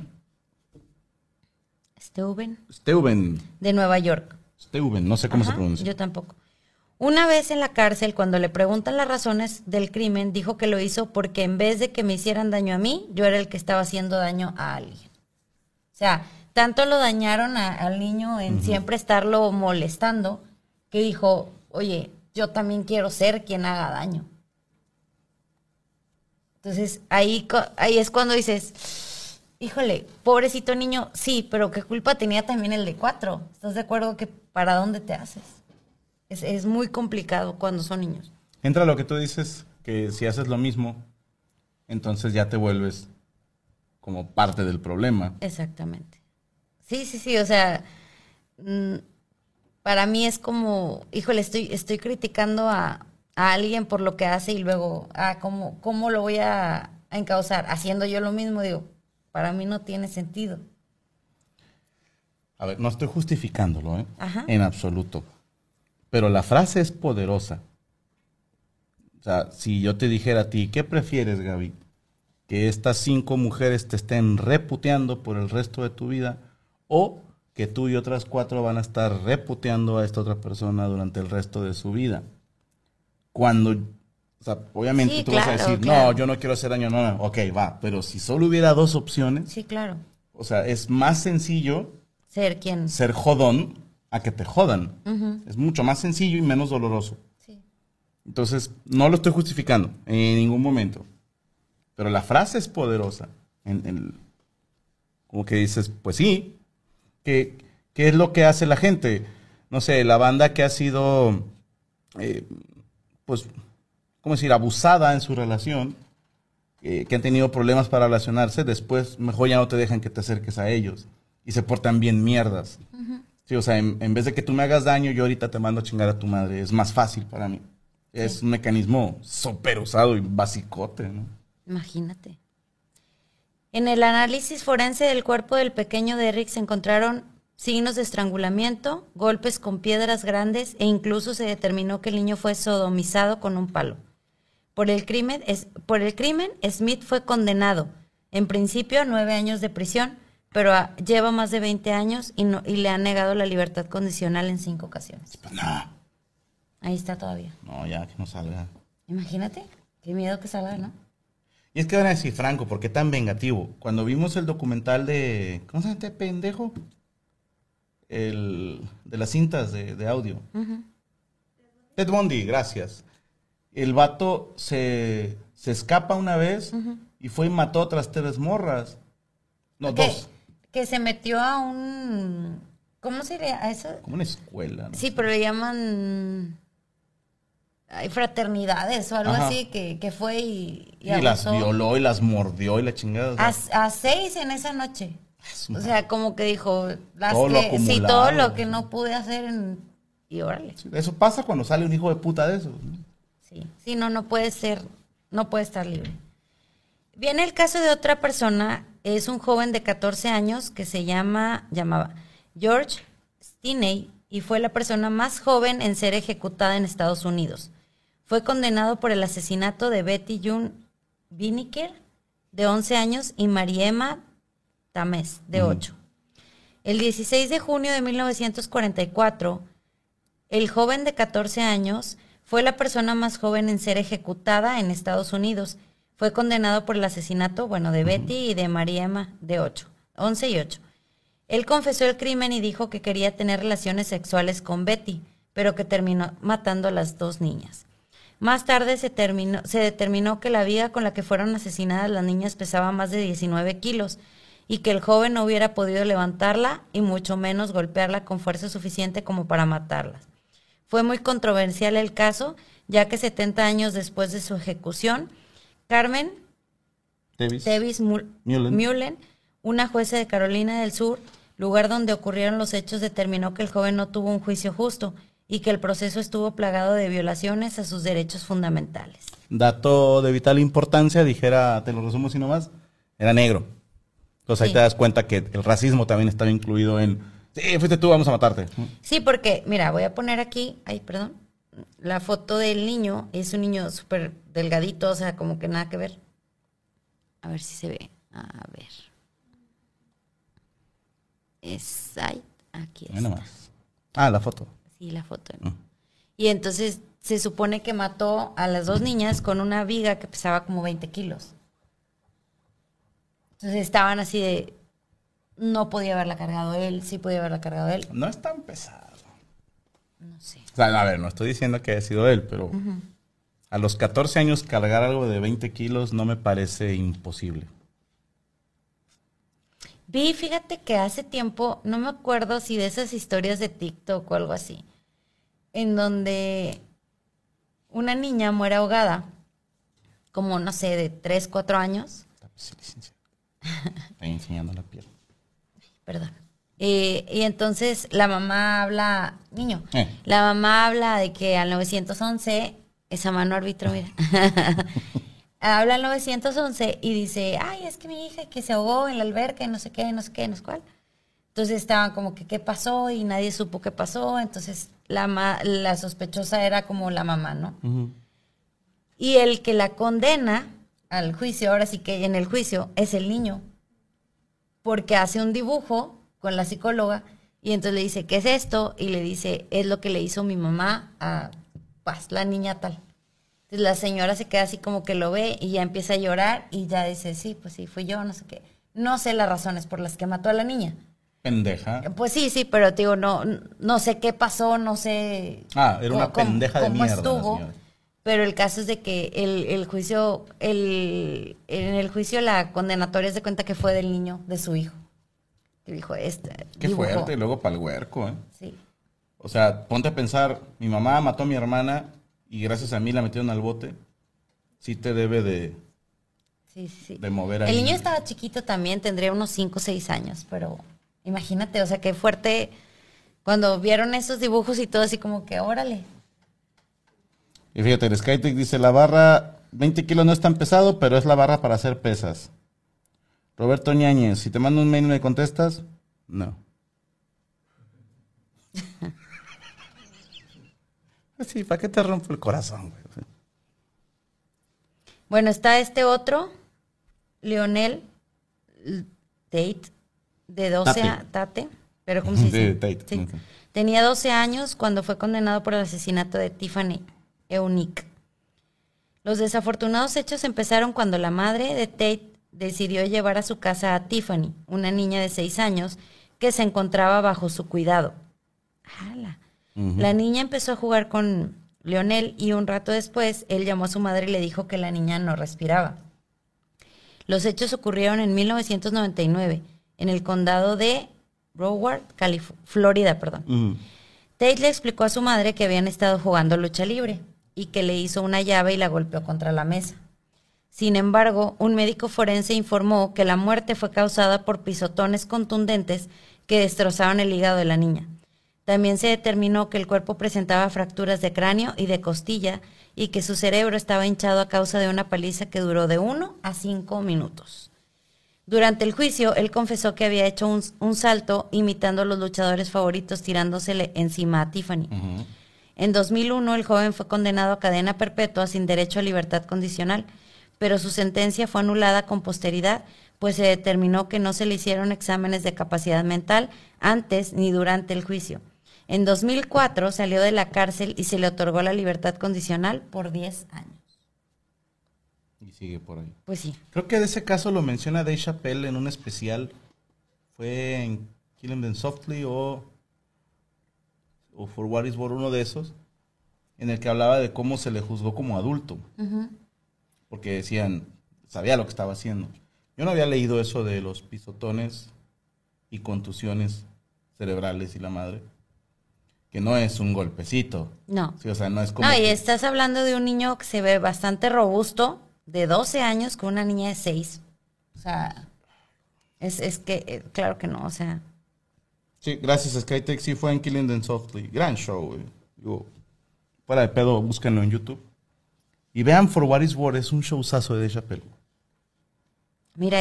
Steuben, de Nueva York. Steuben, no sé cómo se pronuncia. Yo tampoco. Una vez en la cárcel, cuando le preguntan las razones del crimen, dijo que lo hizo porque en vez de que me hicieran daño a mí, yo era el que estaba haciendo daño a alguien. O sea, tanto lo dañaron al niño en siempre estarlo molestando, que dijo, oye, yo también quiero ser quien haga daño. Entonces, ahí es cuando dices, híjole, pobrecito niño, sí, pero qué culpa tenía también el de 4. ¿Estás de acuerdo que para dónde te haces? Es muy complicado cuando son niños. Entra lo que tú dices, que si haces lo mismo, entonces ya te vuelves como parte del problema. Exactamente. Sí, o sea, para mí es como, híjole, estoy criticando a alguien por lo que hace y luego, ¿cómo lo voy a encauzar? Haciendo yo lo mismo, digo, para mí no tiene sentido. A ver, no estoy justificándolo, Ajá. en absoluto. Pero la frase es poderosa. O sea, si yo te dijera a ti, ¿qué prefieres, Gaby? ¿Que estas 5 mujeres te estén reputeando por el resto de tu vida? ¿O que tú y otras 4 van a estar reputeando a esta otra persona durante el resto de su vida? Cuando, o sea, obviamente Sí, tú vas a claro, decir, claro. no, yo no quiero hacer daño, no, ok, va. Pero si solo hubiera 2 opciones, Sí, claro. o sea, es más sencillo Ser quien. ser jodón a que te jodan. Ujú. Es mucho más sencillo y menos doloroso. Sí. Entonces, no lo estoy justificando en ningún momento. Pero la frase es poderosa. Como que dices, pues sí. ¿Qué es lo que hace la gente? No sé, la banda que ha sido, pues, ¿cómo decir?, abusada en su relación, que han tenido problemas para relacionarse, después mejor ya no te dejan que te acerques a ellos. Y se portan bien mierdas. Sí, o sea, en vez de que tú me hagas daño, yo ahorita te mando a chingar a tu madre. Es más fácil para mí. Es un mecanismo súper usado y basicote, ¿no? Imagínate. En el análisis forense del cuerpo del pequeño Derrick se encontraron signos de estrangulamiento, golpes con piedras grandes e incluso se determinó que el niño fue sodomizado con un palo. Por el crimen, Smith fue condenado, en principio a 9 años de prisión, pero lleva más de 20 años y le han negado la libertad condicional en 5 ocasiones. Pues no, Ahí está todavía. no, ya que no salga. Imagínate, qué miedo que salga, ¿no? Y es que van a decir, Franco, ¿por qué tan vengativo? Cuando vimos el documental de, ¿cómo se llama este pendejo? De las cintas de audio. Ujú. Ted Bundy, gracias. El vato se escapa una vez y fue y mató a otras 3 morras. No, 2. Que se metió a un... ¿Cómo se le llama eso? Como una escuela, ¿no? Sí, pero le llaman... Hay fraternidades o algo Ajá. así que fue y Y las abusó. violó y las mordió y la chingada. O sea, A 6 en esa noche. su O madre. sea, como que dijo, Todo lo acumulado. todo lo que no pude hacer y órale. Eso pasa cuando sale un hijo de puta de esos, ¿no? Sí, no puede ser, no puede estar libre. Viene el caso de otra persona, es un joven de 14 años que llamaba George Stinney y fue la persona más joven en ser ejecutada en Estados Unidos. Fue condenado por el asesinato de Betty June Winiker, de 11 años, y Mariema Tamés, de 8. El 16 de junio de 1944, el joven de 14 años fue la persona más joven en ser ejecutada en Estados Unidos. Fue condenado por el asesinato, de Betty y de Mariema, de 11 y 8. Él confesó el crimen y dijo que quería tener relaciones sexuales con Betty, pero que terminó matando a las 2 niñas. Más tarde se determinó que la viga con la que fueron asesinadas las niñas pesaba más de 19 kilos y que el joven no hubiera podido levantarla y mucho menos golpearla con fuerza suficiente como para matarlas. Fue muy controversial el caso, ya que 70 años después de su ejecución, Carmen Tevis Mullen, una jueza de Carolina del Sur, lugar donde ocurrieron los hechos, determinó que el joven no tuvo un juicio justo y que el proceso estuvo plagado de violaciones a sus derechos fundamentales. Dato de vital importancia, dijera, te lo resumo así nomás, era negro. Entonces ahí Sí. te das cuenta que el racismo también estaba incluido en, sí, fuiste tú, vamos a matarte. Sí, porque, mira, voy a poner aquí, la foto del niño, es un niño súper delgadito, o sea, como que nada que ver. A ver si se ve, a ver. Es ahí, aquí Ahí está. nomás. Ah, la foto. Sí, la foto. ¿no? Y entonces se supone que mató a las 2 niñas con una viga que pesaba como 20 kilos. Entonces estaban así de, no podía haberla cargado él, sí podía haberla cargado él, No es tan pesado. no sé. O sea, a ver, no estoy diciendo que haya sido él, pero a los 14 años cargar algo de 20 kilos no me parece imposible. Vi, fíjate que hace tiempo, no me acuerdo si de esas historias de TikTok o algo así, en donde una niña muere ahogada, como no sé, de 3, 4 años. Sí, licenciado. Está enseñando la piel. Perdón. Y entonces la mamá habla, la mamá habla de que al 911, esa mano árbitro, mira, habla al 911 y dice, ay, es que mi hija que se ahogó en la alberca y no sé qué, no sé qué, no sé cuál. Entonces estaban como que qué pasó y nadie supo qué pasó, entonces la sospechosa era como la mamá, ¿no? Uh-huh. Y el que la condena al juicio, ahora sí que en el juicio, es el niño, porque hace un dibujo con la psicóloga y entonces le dice, ¿qué es esto? Y le dice, es lo que le hizo mi mamá a pues, la niña tal. Entonces la señora se queda así como que lo ve y ya empieza a llorar y ya dice, sí, pues sí, fui yo, no sé qué. No sé las razones por las que mató a la niña. Pendeja. Pues sí, pero te digo, no sé qué pasó, no sé. Era una pendeja de mierda. Estuvo, pero el caso es de que el juicio, en el juicio la condenatoria se cuenta que fue del niño, de su hijo. Que dijo Qué dibujó. Fuerte, y luego para el huerco, ¿eh? Sí. O sea, ponte a pensar, mi mamá mató a mi hermana y gracias a mí la metieron al bote. Sí te debe de... Sí. De mover ahí. El niño estaba chiquito también, tendría unos 5 o 6 años, pero... Imagínate, o sea, qué fuerte cuando vieron esos dibujos y todo así como que, órale. Y fíjate, el Skytech dice, la barra, 20 kilos no es tan pesado, pero es la barra para hacer pesas. Roberto Ñañez, si te mando un mail y me contestas, no. Sí, ¿para qué te rompo el corazón, güey? Bueno, está este otro, Lionel Tate, de 12 a Tate, pero ¿cómo se dice? Tate. Sí. Tenía 12 años cuando fue condenado por el asesinato de Tiffany Eunice. Los desafortunados hechos empezaron cuando la madre de Tate decidió llevar a su casa a Tiffany, una niña de 6 años que se encontraba bajo su cuidado. ¡Hala! Uh-huh. La niña empezó a jugar con Lionel y un rato después él llamó a su madre y le dijo que la niña no respiraba. Los hechos ocurrieron en 1999 en el condado de Broward, Florida. Uh-huh. Tate le explicó a su madre que habían estado jugando lucha libre y que le hizo una llave y la golpeó contra la mesa. Sin embargo, un médico forense informó que la muerte fue causada por pisotones contundentes que destrozaron el hígado de la niña. También se determinó que el cuerpo presentaba fracturas de cráneo y de costilla y que su cerebro estaba hinchado a causa de una paliza que duró de 1 a 5 minutos. Durante el juicio, él confesó que había hecho un salto imitando a los luchadores favoritos tirándosele encima a Tiffany. Uh-huh. En 2001, el joven fue condenado a cadena perpetua sin derecho a libertad condicional, pero su sentencia fue anulada con posteridad, pues se determinó que no se le hicieron exámenes de capacidad mental antes ni durante el juicio. En 2004 salió de la cárcel y se le otorgó la libertad condicional por 10 años. Y sigue por ahí. Pues sí. Creo que de ese caso lo menciona Dave Chappelle en un especial. Fue en Killing Them Softly o For What Is Worth, uno de esos, en el que hablaba de cómo se le juzgó como adulto. Uh-huh. Porque decían, sabía lo que estaba haciendo. Yo no había leído eso de los pisotones y contusiones cerebrales y la madre. Que no es un golpecito. No. Sí, o sea, no es como... No, y estás hablando de un niño que se ve bastante robusto, de 12 años, con una niña de 6. O sea, es que, claro que no, o sea... Sí, gracias Skytech, sí fue en Killing Them Softly. Gran show, güey. Digo, fuera de pedo, búsquenlo en YouTube. Y vean For What Is Worth, es un showzazo de Chappelle. Mira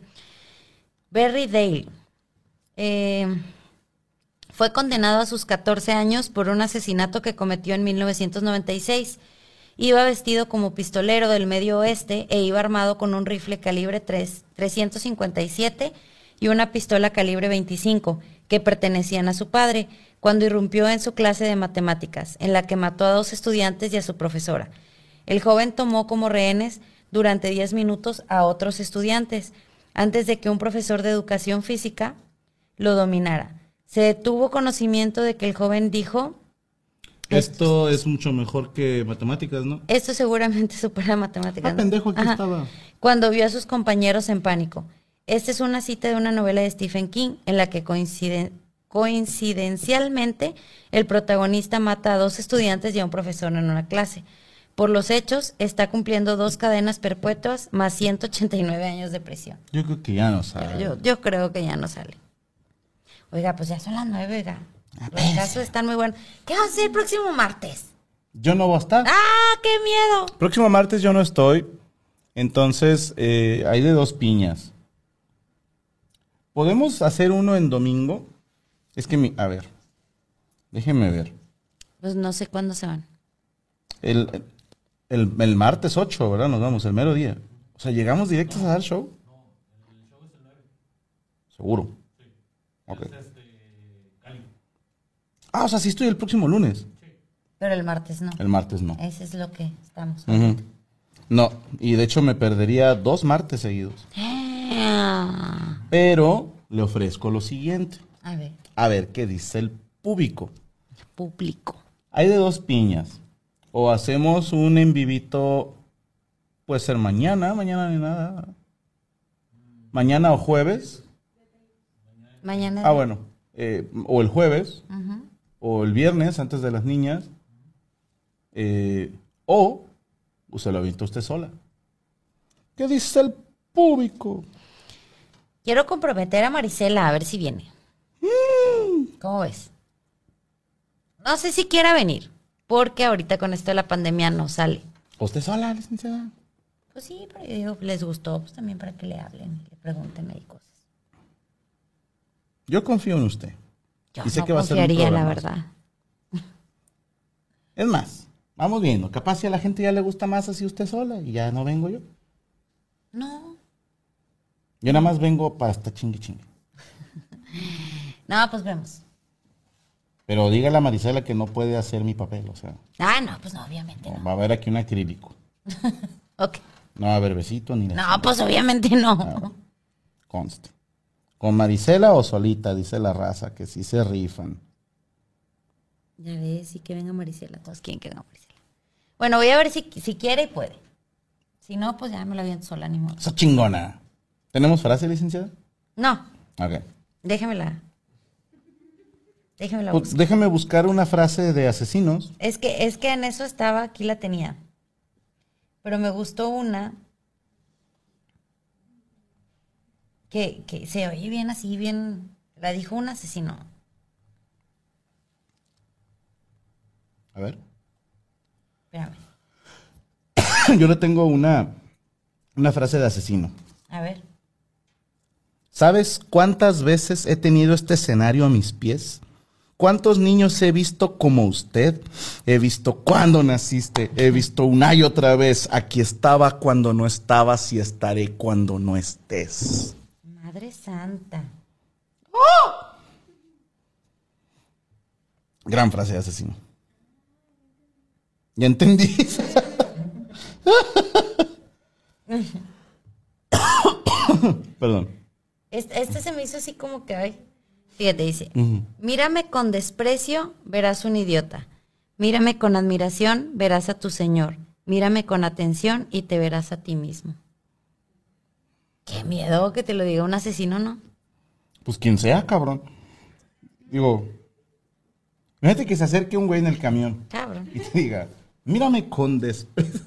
Barry Dale. Fue condenado a sus 14 años por un asesinato que cometió en 1996. Iba vestido como pistolero del Medio Oeste e iba armado con un rifle calibre 357 y una pistola calibre 25 que pertenecían a su padre cuando irrumpió en su clase de matemáticas, en la que mató a 2 estudiantes y a su profesora. El joven tomó como rehenes durante 10 minutos a otros estudiantes antes de que un profesor de educación física lo dominara. Se tuvo conocimiento de que el joven dijo... Esto es mucho mejor que matemáticas, ¿no? Esto seguramente supera matemáticas. Ah, pendejo, aquí estaba. Cuando vio a sus compañeros en pánico. Esta es una cita de una novela de Stephen King en la que coinciden Coincidencialmente, el protagonista mata a 2 estudiantes y a un profesor en una clase. Por los hechos, está cumpliendo 2 cadenas perpetuas más 189 años de prisión. Yo creo que ya no sabe. Yo creo que ya no sale. Oiga, pues ya son las 9, oiga. Los casos están muy buenos. ¿Qué va a hacer el próximo martes? Yo no voy a estar. ¡Ah, qué miedo! Próximo martes yo no estoy. Entonces, hay de 2 piñas. ¿Podemos hacer uno en domingo? Es que, a ver, déjenme ver. Pues no sé cuándo se van. El martes 8, ¿verdad? Nos vamos, el mero día. O sea, ¿llegamos directos a dar show? No, el show es el 9. ¿Seguro? Sí. Ok. Es Cali. O sea, sí estoy el próximo lunes. Pero el martes no. El martes no. Ese es lo que estamos. Ujú. No, y de hecho me perdería 2 martes seguidos. Pero le ofrezco lo siguiente. A ver, A ver, ¿qué dice el público? público. Hay de 2 piñas. O hacemos un en vivito, puede ser mañana ni nada. Mañana o jueves. Mañana. Bueno, o el jueves, Ujú. o el viernes antes de las niñas, o se lo avienta usted sola. ¿Qué dice el público? Quiero comprometer a Marisela a ver si viene. ¿Cómo ves? No sé si quiera venir, porque ahorita con esto de la pandemia no sale. ¿Usted sola, licenciada? Pues sí, pero yo digo, les gustó, pues también para que le hablen y le pregunten ahí cosas. Yo confío en usted. Yo Y sé no que va a ser un confiaría, la programazo. verdad. Es más, vamos viendo. Capaz si a la gente ya le gusta más así usted sola y ya no vengo yo. No. Yo nada más vengo para estar chingue chingue. No, pues vemos. Pero dígale a Marisela que no puede hacer mi papel, o sea, No, pues no, obviamente no. va a haber aquí un acrílico. Ok. No va a haber besito ni nada. No, pues obviamente no. Conste. ¿Con Marisela o solita? Dice la raza, que sí se rifan. Ya ves, sí que venga Marisela. Todos quieren que venga Marisela. Bueno, voy a ver si quiere y puede. Si no, pues ya me la aviento sola, ni modo. Esa chingona. ¿Tenemos frase, licenciada? No, Ok. déjemela. Déjemela Pues buscar. déjeme buscar una frase de asesinos. Es que en eso estaba, aquí la tenía. Pero me gustó una que se oye bien así, bien. La dijo un asesino. A ver. Espérame. Yo le tengo una frase de asesino. A ver. ¿Sabes cuántas veces he tenido este escenario a mis pies? ¿Cuántos niños he visto como usted? He visto cuando naciste, he visto una y otra vez. Aquí estaba cuando no estabas y estaré cuando no estés. Madre Santa. Gran frase de asesino. ¿Ya entendí? Perdón. Este se me hizo así como que, ay. Fíjate, dice, Ujú. mírame con desprecio, verás un idiota. Mírame con admiración, verás a tu Señor. Mírame con atención y te verás a ti mismo. Qué miedo que te lo diga un asesino, ¿no? Pues quien sea, cabrón. Digo, fíjate que se acerque un güey en el camión Cabrón. y te diga, mírame con desprecio.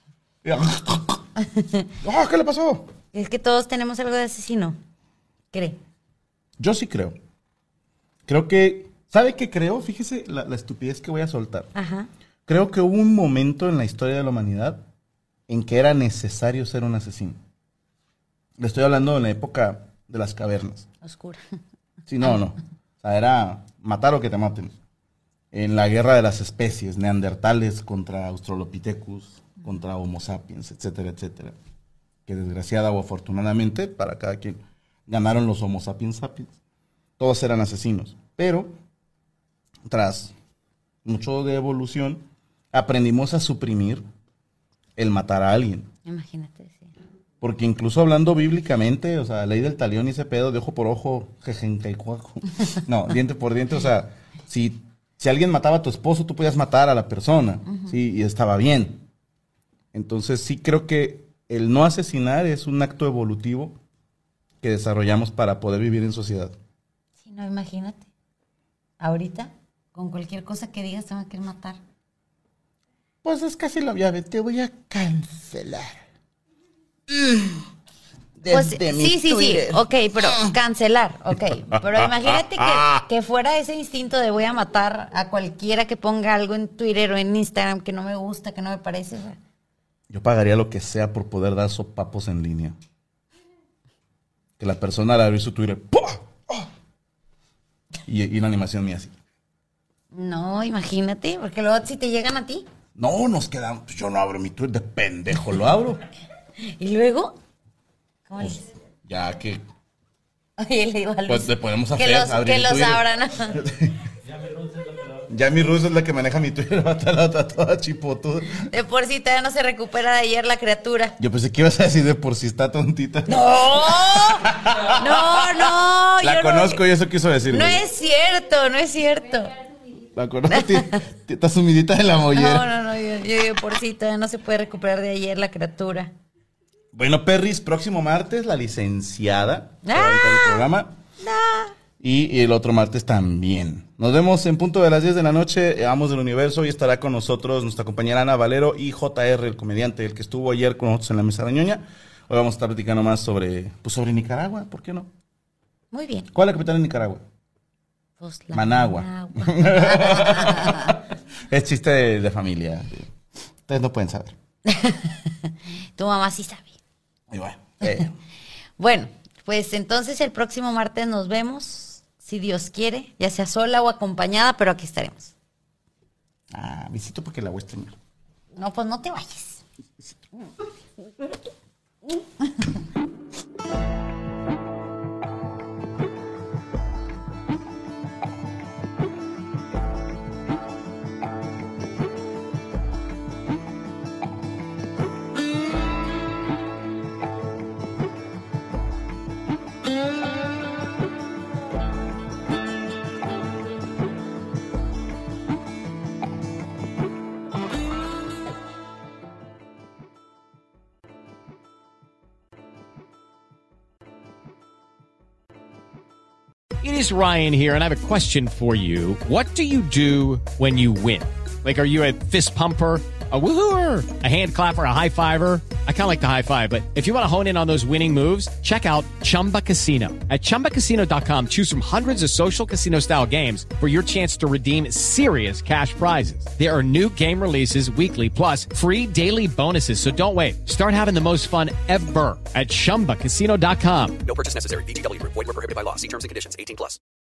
¿Qué le pasó? Es que todos tenemos algo de asesino. Cree. Yo sí creo. Creo que, ¿sabe qué creo? Fíjese la estupidez que voy a soltar. Ajá. Creo que hubo un momento en la historia de la humanidad en que era necesario ser un asesino. Le estoy hablando de la época de las cavernas. Oscura. Sí, no. O sea, era matar o que te maten. En la guerra de las especies, neandertales contra Australopithecus, contra Homo sapiens, etcétera, etcétera. Que desgraciada o afortunadamente, para cada quien, ganaron los Homo sapiens sapiens. Todos eran asesinos. Pero, tras mucho de evolución, aprendimos a suprimir el matar a alguien. Imagínate, sí. Porque incluso hablando bíblicamente, o sea, ley del talión y ese pedo de ojo por ojo, jejencaicuaco. No, diente por diente, o sea, si alguien mataba a tu esposo, tú podías matar a la persona, ¿sí? Y estaba bien. Entonces sí creo que el no asesinar es un acto evolutivo que desarrollamos para poder vivir en sociedad. Sí, no, imagínate. ahorita, con cualquier cosa que digas te van a querer matar. Pues es casi lo obvio, te voy a cancelar. Pues, Desde mi sí, Twitter. ok, pero cancelar, ok. Pero imagínate que fuera ese instinto de voy a matar a cualquiera que ponga algo en Twitter o en Instagram que no me gusta, que no me parece. O sea, Yo pagaría lo que sea por poder dar sopapos en línea. Que la persona al abrir su Twitter, ¡pua! ¡Oh! Y una animación mía así. no, imagínate, porque luego si te llegan a ti. No, nos quedamos. Pues yo no abro mi Twitter, de pendejo lo abro. Y luego, ¿cómo le Pues, dices? ya que Oye, le digo a Luis, pues le podemos que hacer los, abrir que los Twitter. abran. Ya mi Ruth es la que maneja mi Twitter, hasta la otra toda chipotuda. De por sí todavía no se recupera de ayer la criatura. Yo pensé que ibas a decir de por si está tontita. ¡No! No, La yo conozco no, y eso quiso decir. no güey. es cierto, no es cierto. La conozco, está sumidita de la mollera. No, yo de por sí todavía no se puede recuperar de ayer la criatura. Bueno, Perris, próximo martes la licenciada se va a ¡Ah! aventar el programa. Y el otro martes también. Nos vemos en punto de las 10 de la noche. Amos del Universo. Y estará con nosotros nuestra compañera Ana Valero y JR, el comediante, el que estuvo ayer con nosotros en la mesa de ñoña. Hoy vamos a estar platicando más sobre Nicaragua. ¿Por qué no? Muy bien. ¿Cuál es la capital de Nicaragua? Pues la Managua. Es chiste de familia. Ustedes no pueden saber. Tu mamá sí sabe. Y bueno, Bueno, pues entonces el próximo martes nos vemos, si Dios quiere, ya sea sola o acompañada, pero aquí estaremos. visito porque la voy a extrañar. No, pues no te vayas. It is Ryan here, and I have a question for you. What do you do when you win? Like, are you a fist pumper, a woohooer, a hand clapper, a high fiver? I kind of like the high five, but if you want to hone in on those winning moves, check out Chumba Casino. At ChumbaCasino.com, choose from hundreds of social casino-style games for your chance to redeem serious cash prizes. There are new game releases weekly, plus free daily bonuses, so don't wait. Start having the most fun ever at ChumbaCasino.com. No purchase necessary. VGW Group. Void where prohibited by law. See terms and conditions. 18+.